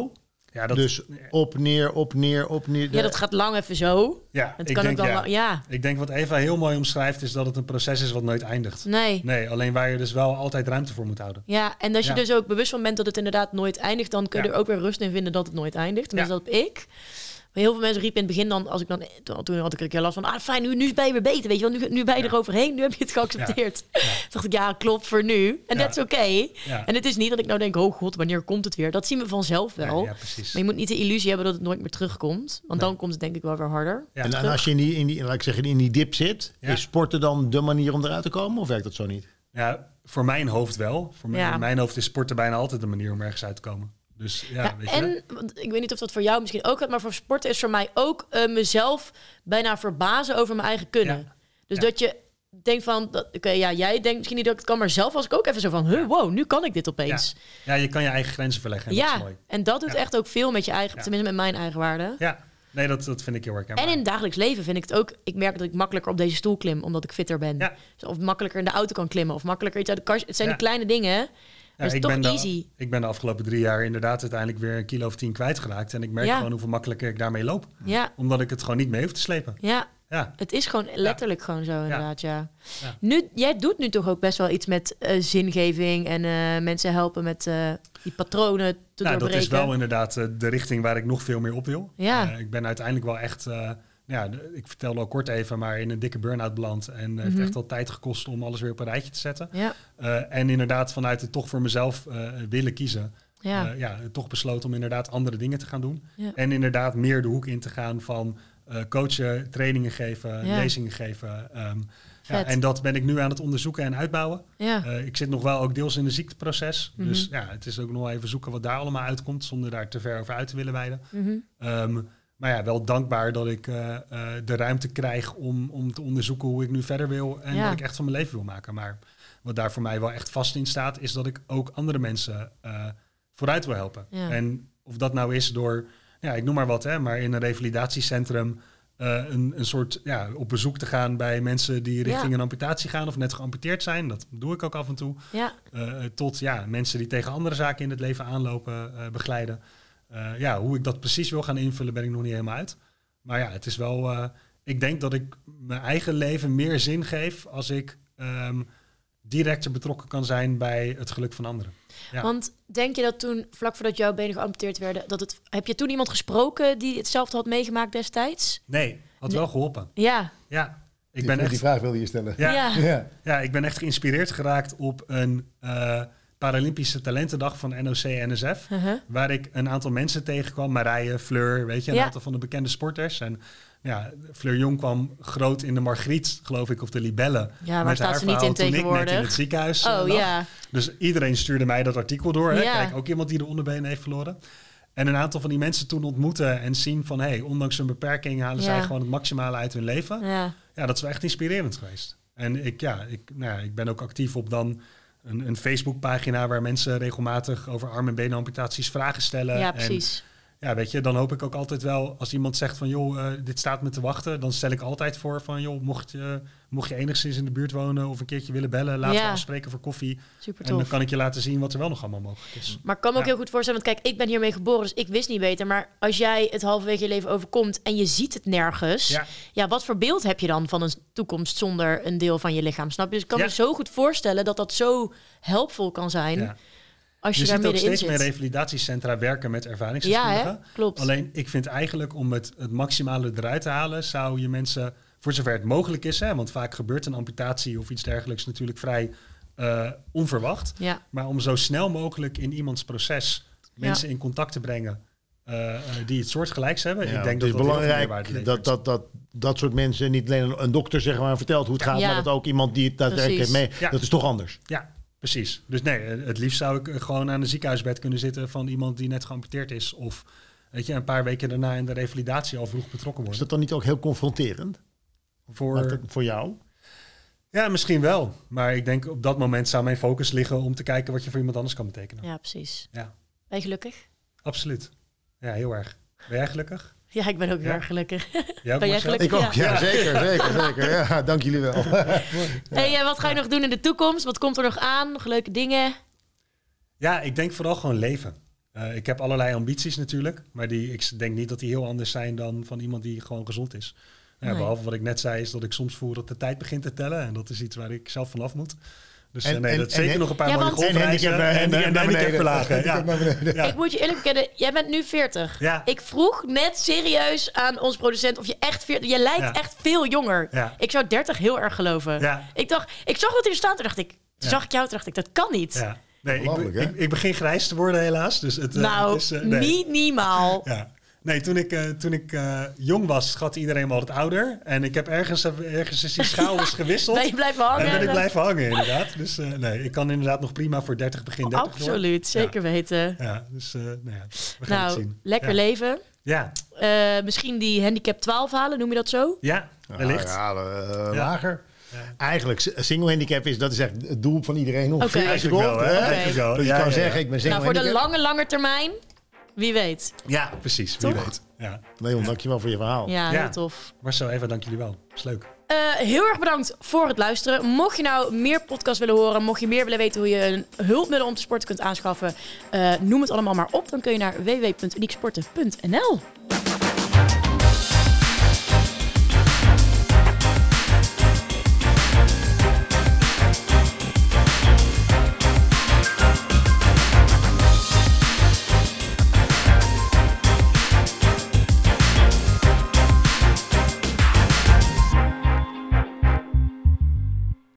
[SPEAKER 1] Ja, dat,
[SPEAKER 2] Dus op, neer, op, neer, op, neer.
[SPEAKER 3] Ja, dat gaat lang even zo.
[SPEAKER 1] ja,
[SPEAKER 3] Het
[SPEAKER 1] ik
[SPEAKER 3] kan
[SPEAKER 1] denk,
[SPEAKER 3] ook dan
[SPEAKER 1] ja.
[SPEAKER 3] lang- ja.
[SPEAKER 1] Ik denk wat Eva heel mooi omschrijft is dat het een proces is wat nooit eindigt.
[SPEAKER 3] Nee.
[SPEAKER 1] Nee, alleen waar je dus wel altijd ruimte voor moet houden.
[SPEAKER 3] Ja, en als je
[SPEAKER 1] Ja.
[SPEAKER 3] dus ook bewust van bent dat het inderdaad nooit eindigt, dan kun je
[SPEAKER 1] Ja.
[SPEAKER 3] er ook weer rust in vinden dat het nooit eindigt. Tenminste,
[SPEAKER 1] Ja.
[SPEAKER 3] dat heb ik. Maar heel veel mensen riepen in het begin dan, als ik dan, toen had ik er een keer last van, ah fijn, nu, nu ben je weer beter, weet je wel, nu, nu ben je
[SPEAKER 1] Ja.
[SPEAKER 3] eroverheen, nu heb je het geaccepteerd.
[SPEAKER 1] Ja.
[SPEAKER 3] Toen dacht ik, ja, klopt voor nu. En
[SPEAKER 1] Ja.
[SPEAKER 3] dat is oké.
[SPEAKER 1] Ja.
[SPEAKER 3] En het is niet dat ik nou denk, oh god, wanneer komt het weer? Dat zien we vanzelf wel.
[SPEAKER 1] Ja, ja, precies.
[SPEAKER 3] Maar je moet niet de illusie hebben dat het nooit meer terugkomt. Want
[SPEAKER 1] Nee.
[SPEAKER 3] dan komt het denk ik wel weer harder.
[SPEAKER 1] Ja.
[SPEAKER 2] En, en als je in die, in die, laat ik zeggen, in die dip zit,
[SPEAKER 1] Ja.
[SPEAKER 2] is sporten dan de manier om eruit te komen? Of werkt dat zo niet?
[SPEAKER 1] Ja, voor mijn hoofd wel. Voor mijn,
[SPEAKER 3] Ja.
[SPEAKER 1] in mijn hoofd is sporten bijna altijd een manier om ergens uit te komen. Dus ja,
[SPEAKER 3] Ja,
[SPEAKER 1] weet je.
[SPEAKER 3] en want ik weet niet of dat voor jou misschien ook gaat, maar voor sporten is voor mij ook eh, mezelf bijna verbazen over mijn eigen kunnen.
[SPEAKER 1] Ja.
[SPEAKER 3] Dus
[SPEAKER 1] Ja.
[SPEAKER 3] dat je denkt van, dat- oké, ja, jij denkt misschien niet dat ik het kan, maar zelf was ik ook even zo van, huh, wow, nu kan ik dit opeens.
[SPEAKER 1] Ja, je kan je eigen grenzen verleggen. En dat
[SPEAKER 3] Ja,
[SPEAKER 1] is mooi.
[SPEAKER 3] en dat doet
[SPEAKER 1] Ja.
[SPEAKER 3] echt ook veel met je eigen,
[SPEAKER 1] Ja.
[SPEAKER 3] tenminste met mijn eigen waarde.
[SPEAKER 1] Ja, nee, dat, dat vind ik heel erg.
[SPEAKER 3] En in het dagelijks leven vind ik het ook, ik merk dat ik makkelijker op deze stoel klim, omdat ik fitter ben.
[SPEAKER 1] Ja.
[SPEAKER 3] Dus of makkelijker in de auto kan klimmen, of makkelijker iets uit de kast. Het zijn
[SPEAKER 1] Ja.
[SPEAKER 3] die kleine dingen, hè?
[SPEAKER 1] Ja,
[SPEAKER 3] dat is
[SPEAKER 1] ik
[SPEAKER 3] toch
[SPEAKER 1] ben de-
[SPEAKER 3] easy.
[SPEAKER 1] Ik ben de afgelopen drie jaar inderdaad uiteindelijk weer een kilo of tien kwijtgeraakt. En ik merk
[SPEAKER 3] Ja.
[SPEAKER 1] gewoon hoeveel makkelijker ik daarmee loop.
[SPEAKER 3] Ja,
[SPEAKER 1] Omdat ik het gewoon niet mee hoef te slepen.
[SPEAKER 3] ja.
[SPEAKER 1] Ja,
[SPEAKER 3] Het is gewoon letterlijk gewoon zo, inderdaad, ja.
[SPEAKER 1] Ja.
[SPEAKER 3] Nu, jij doet nu toch ook best wel iets met eh, zingeving en eh, mensen helpen met eh, die patronen te
[SPEAKER 1] nou, dat
[SPEAKER 3] doorbreken.
[SPEAKER 1] is wel inderdaad eh, de richting waar ik nog veel meer op wil.
[SPEAKER 3] Ja.
[SPEAKER 1] Eh, ik ben uiteindelijk wel echt, eh, ja, de- ik vertelde al kort even, maar in een dikke burn-out beland. En het heeft
[SPEAKER 3] Mhm.
[SPEAKER 1] echt wel tijd gekost om alles weer op een rijtje te zetten.
[SPEAKER 3] Ja,
[SPEAKER 1] Eh, en inderdaad vanuit het toch voor mezelf eh, willen kiezen.
[SPEAKER 3] ja.
[SPEAKER 1] Eh, ja, toch besloten om inderdaad andere dingen te gaan doen.
[SPEAKER 3] Ja.
[SPEAKER 1] En inderdaad meer de hoek in te gaan van eh, coachen, trainingen geven,
[SPEAKER 3] Ja.
[SPEAKER 1] lezingen geven. Ehm, ja,
[SPEAKER 3] Vet.
[SPEAKER 1] en dat ben ik nu aan het onderzoeken en uitbouwen.
[SPEAKER 3] ja.
[SPEAKER 1] Eh, ik zit nog wel ook deels in een ziekteproces.
[SPEAKER 3] Mhm.
[SPEAKER 1] Dus ja, het is ook nog wel even zoeken wat daar allemaal uitkomt, zonder daar te ver over uit te willen wijden.
[SPEAKER 3] Mhm.
[SPEAKER 1] Ehm, maar ja, wel dankbaar dat ik eh, eh, de ruimte krijg om, om te onderzoeken hoe ik nu verder wil en
[SPEAKER 3] Ja.
[SPEAKER 1] wat ik echt van mijn leven wil maken. Maar wat daar voor mij wel echt vast in staat, is dat ik ook andere mensen eh, vooruit wil helpen.
[SPEAKER 3] Ja.
[SPEAKER 1] En of dat nou is door, ja, ik noem maar wat, hè, maar in een revalidatiecentrum eh, een, een soort ja, op bezoek te gaan bij mensen die richting
[SPEAKER 3] Ja.
[SPEAKER 1] een amputatie gaan of net geamputeerd zijn. Dat doe ik ook af en toe.
[SPEAKER 3] Ja.
[SPEAKER 1] Uh, tot ja, mensen die tegen andere zaken in het leven aanlopen, uh, begeleiden. Uh, ja, hoe ik dat precies wil gaan invullen, ben ik nog niet helemaal uit. Maar ja, het is wel. Uh, ik denk dat ik mijn eigen leven meer zin geef als ik um, directer betrokken kan zijn bij het geluk van anderen. Ja.
[SPEAKER 3] Want denk je dat toen, vlak voordat jouw benen geamputeerd werden, dat het, heb je toen iemand gesproken die hetzelfde had meegemaakt destijds?
[SPEAKER 1] Nee, had
[SPEAKER 3] Nee.
[SPEAKER 1] wel geholpen.
[SPEAKER 3] Ja.
[SPEAKER 1] Ja, ik
[SPEAKER 2] Die,
[SPEAKER 1] ben
[SPEAKER 2] die
[SPEAKER 1] echt.
[SPEAKER 2] vraag wilde je stellen.
[SPEAKER 1] Ja,
[SPEAKER 3] Ja.
[SPEAKER 2] Ja.
[SPEAKER 1] Ja, ik ben echt geïnspireerd geraakt op een uh, Paralympische Talentendag van N O C N S F.
[SPEAKER 3] Uh-huh.
[SPEAKER 1] Waar ik een aantal mensen tegenkwam. Marije, Fleur, weet je, een
[SPEAKER 3] Ja.
[SPEAKER 1] aantal van de bekende sporters. En ja, Fleur Jong kwam groot in de Margriet, geloof ik, of de Libelle.
[SPEAKER 3] Ja, waar
[SPEAKER 1] met
[SPEAKER 3] staat
[SPEAKER 1] haar
[SPEAKER 3] ze niet
[SPEAKER 1] verhaal
[SPEAKER 3] in
[SPEAKER 1] toen ik net in
[SPEAKER 3] tegenwoordig?
[SPEAKER 1] het ziekenhuis uh,
[SPEAKER 3] Oh
[SPEAKER 1] lag.
[SPEAKER 3] ja.
[SPEAKER 1] Dus iedereen stuurde mij dat artikel door. Hè?
[SPEAKER 3] Ja.
[SPEAKER 1] Kijk, ook iemand die de onderbenen heeft verloren. En een aantal van die mensen toen ontmoeten en zien van... hé, hey, ondanks hun beperking halen
[SPEAKER 3] Ja.
[SPEAKER 1] zij gewoon het maximale uit hun leven.
[SPEAKER 3] Ja.
[SPEAKER 1] Ja, dat is wel echt inspirerend geweest. En ik, ja, ik, nou ja, ik ben ook actief op dan een, een Facebookpagina... waar mensen regelmatig over arm- en benenamputaties vragen stellen.
[SPEAKER 3] Ja,
[SPEAKER 1] En
[SPEAKER 3] precies.
[SPEAKER 1] ja, weet je, dan hoop ik ook altijd wel... als iemand zegt van, joh, uh, dit staat me te wachten... dan stel ik altijd voor van, joh, mocht je, mocht je enigszins in de buurt wonen... of een keertje willen bellen, laten
[SPEAKER 3] Ja.
[SPEAKER 1] we afspreken voor koffie.
[SPEAKER 3] Super
[SPEAKER 1] En dan
[SPEAKER 3] tof.
[SPEAKER 1] kan ik je laten zien wat er wel nog allemaal mogelijk is.
[SPEAKER 3] Maar ik kan me ook
[SPEAKER 1] Ja.
[SPEAKER 3] heel goed voorstellen, want kijk, ik ben hiermee geboren, dus ik wist niet beter. Maar als jij het halverwege je leven overkomt en je ziet het nergens... Ja.
[SPEAKER 1] Ja,
[SPEAKER 3] wat voor beeld heb je dan van een toekomst zonder een deel van je lichaam? Snap je? Dus ik kan
[SPEAKER 1] Ja.
[SPEAKER 3] me zo goed voorstellen dat dat zo helpvol kan zijn
[SPEAKER 1] ja.
[SPEAKER 3] als je,
[SPEAKER 1] Je
[SPEAKER 3] daar
[SPEAKER 1] ziet ook
[SPEAKER 3] middenin
[SPEAKER 1] steeds
[SPEAKER 3] zit.
[SPEAKER 1] meer revalidatiecentra werken met
[SPEAKER 3] Ja,
[SPEAKER 1] ervaringsdeskundigen.
[SPEAKER 3] hè? Klopt.
[SPEAKER 1] Alleen, ik vind eigenlijk om het, het maximale eruit te halen... zou je mensen, voor zover het mogelijk is... Hè, want vaak gebeurt een amputatie of iets dergelijks natuurlijk vrij uh, onverwacht...
[SPEAKER 3] Ja,
[SPEAKER 1] maar om zo snel mogelijk in iemands proces mensen in contact te brengen... Uh, uh, die het soortgelijks hebben.
[SPEAKER 2] Ja,
[SPEAKER 1] ik denk
[SPEAKER 2] het
[SPEAKER 1] dat
[SPEAKER 2] is
[SPEAKER 1] dat heel veel meerwaarde
[SPEAKER 2] belangrijk
[SPEAKER 1] levert.
[SPEAKER 2] dat, dat, dat dat soort mensen niet alleen een, een dokter zeg maar, vertelt hoe het gaat...
[SPEAKER 3] Ja.
[SPEAKER 2] maar dat ook iemand die het daadwerkelijk heeft mee...
[SPEAKER 1] Ja.
[SPEAKER 2] Dat is toch anders.
[SPEAKER 1] Ja, precies. Dus nee, het liefst zou ik gewoon aan een ziekenhuisbed kunnen zitten... van iemand die net geamputeerd is. Of weet je, een paar weken daarna in de revalidatie al vroeg betrokken
[SPEAKER 2] Is
[SPEAKER 1] worden.
[SPEAKER 2] dat dan niet ook heel confronterend
[SPEAKER 1] Voor,
[SPEAKER 2] voor jou?
[SPEAKER 1] ja, misschien wel. Maar ik denk op dat moment zou mijn focus liggen... om te kijken wat je voor iemand anders kan betekenen.
[SPEAKER 3] ja, precies.
[SPEAKER 1] Ja,
[SPEAKER 3] Ben je gelukkig?
[SPEAKER 1] absoluut. Ja, heel erg. Ben jij gelukkig?
[SPEAKER 3] Ja, ik ben ook heel
[SPEAKER 1] Ja.
[SPEAKER 3] erg gelukkig.
[SPEAKER 1] Ja,
[SPEAKER 3] Ben jij
[SPEAKER 1] Marcel?
[SPEAKER 3] gelukkig?
[SPEAKER 2] Ik ook, ja,
[SPEAKER 1] Ja.
[SPEAKER 2] zeker, zeker, zeker. Ja, dank jullie wel.
[SPEAKER 3] Hey, uh, wat ga je nog doen in de toekomst? Wat komt er nog aan? Nog leuke dingen?
[SPEAKER 1] Ja, ik denk vooral gewoon leven. Uh, ik heb allerlei ambities natuurlijk. Maar die, ik denk niet dat die heel anders zijn dan van iemand die gewoon gezond is. Ja, nee. Behalve wat ik net zei, is dat ik soms voel dat de tijd begint te tellen. En dat is iets waar ik zelf vanaf moet. Dus en, nee, en, dat is zeker en, nog een paar ja, mooie golfreizen. En, en, en, en, en handicap verlagen. Ja.
[SPEAKER 3] Ja. Ik moet je eerlijk bekennen, jij bent nu veertig. Ja. Ik vroeg net serieus aan onze producent of je echt veertig... Je lijkt ja. echt veel jonger. Ja. Ik zou dertig heel erg geloven. Ja. Ik dacht, ik zag wat hier staat, toen dacht ik... Toen ja. zag ik jou, toen dacht ik, dat kan niet. Ja.
[SPEAKER 1] Nee, ik, ik, ik begin grijs te worden helaas. Dus het,
[SPEAKER 3] nou, het is, uh, nee. minimaal.
[SPEAKER 1] Ja. Nee, toen ik, uh, toen ik uh, jong was, schatte iedereen me altijd ouder. En ik heb ergens, ergens is die schaal eens gewisseld.
[SPEAKER 3] Ben je blijven hangen?
[SPEAKER 1] En ben ik blijven hangen, inderdaad. Dus uh, nee, ik kan inderdaad nog prima voor dertig, begin dertig door.
[SPEAKER 3] Absoluut, zeker ja. weten.
[SPEAKER 1] Ja, dus uh, nou ja, we gaan
[SPEAKER 3] nou,
[SPEAKER 1] het zien.
[SPEAKER 3] Lekker
[SPEAKER 1] ja.
[SPEAKER 3] leven.
[SPEAKER 1] Ja.
[SPEAKER 3] Uh, misschien die handicap twaalf halen, noem je dat zo?
[SPEAKER 1] Ja, wellicht.
[SPEAKER 2] Ja, ja, uh, lager. Ja. Eigenlijk, single handicap is, dat is echt het doel van iedereen. Ongeveer
[SPEAKER 3] okay.
[SPEAKER 2] als je golft. Okay.
[SPEAKER 1] Okay.
[SPEAKER 2] Dus je
[SPEAKER 1] ja,
[SPEAKER 2] kan
[SPEAKER 1] ja,
[SPEAKER 2] zeggen,
[SPEAKER 1] ja.
[SPEAKER 2] ik ben single
[SPEAKER 3] nou, voor
[SPEAKER 2] handicap.
[SPEAKER 3] de lange, lange termijn, wie weet.
[SPEAKER 1] Ja, precies.
[SPEAKER 3] Toch?
[SPEAKER 1] Wie weet. Ja.
[SPEAKER 2] Leon, dankjewel voor je verhaal.
[SPEAKER 3] Ja, heel ja. tof.
[SPEAKER 1] Marcel, Eva, dank jullie wel. Is leuk.
[SPEAKER 3] Uh, heel erg bedankt voor het luisteren. Mocht je nou meer podcasts willen horen, mocht je meer willen weten hoe je een hulpmiddel om te sporten kunt aanschaffen, uh, noem het allemaal maar op. Dan kun je naar w w w punt unieksporten punt n l.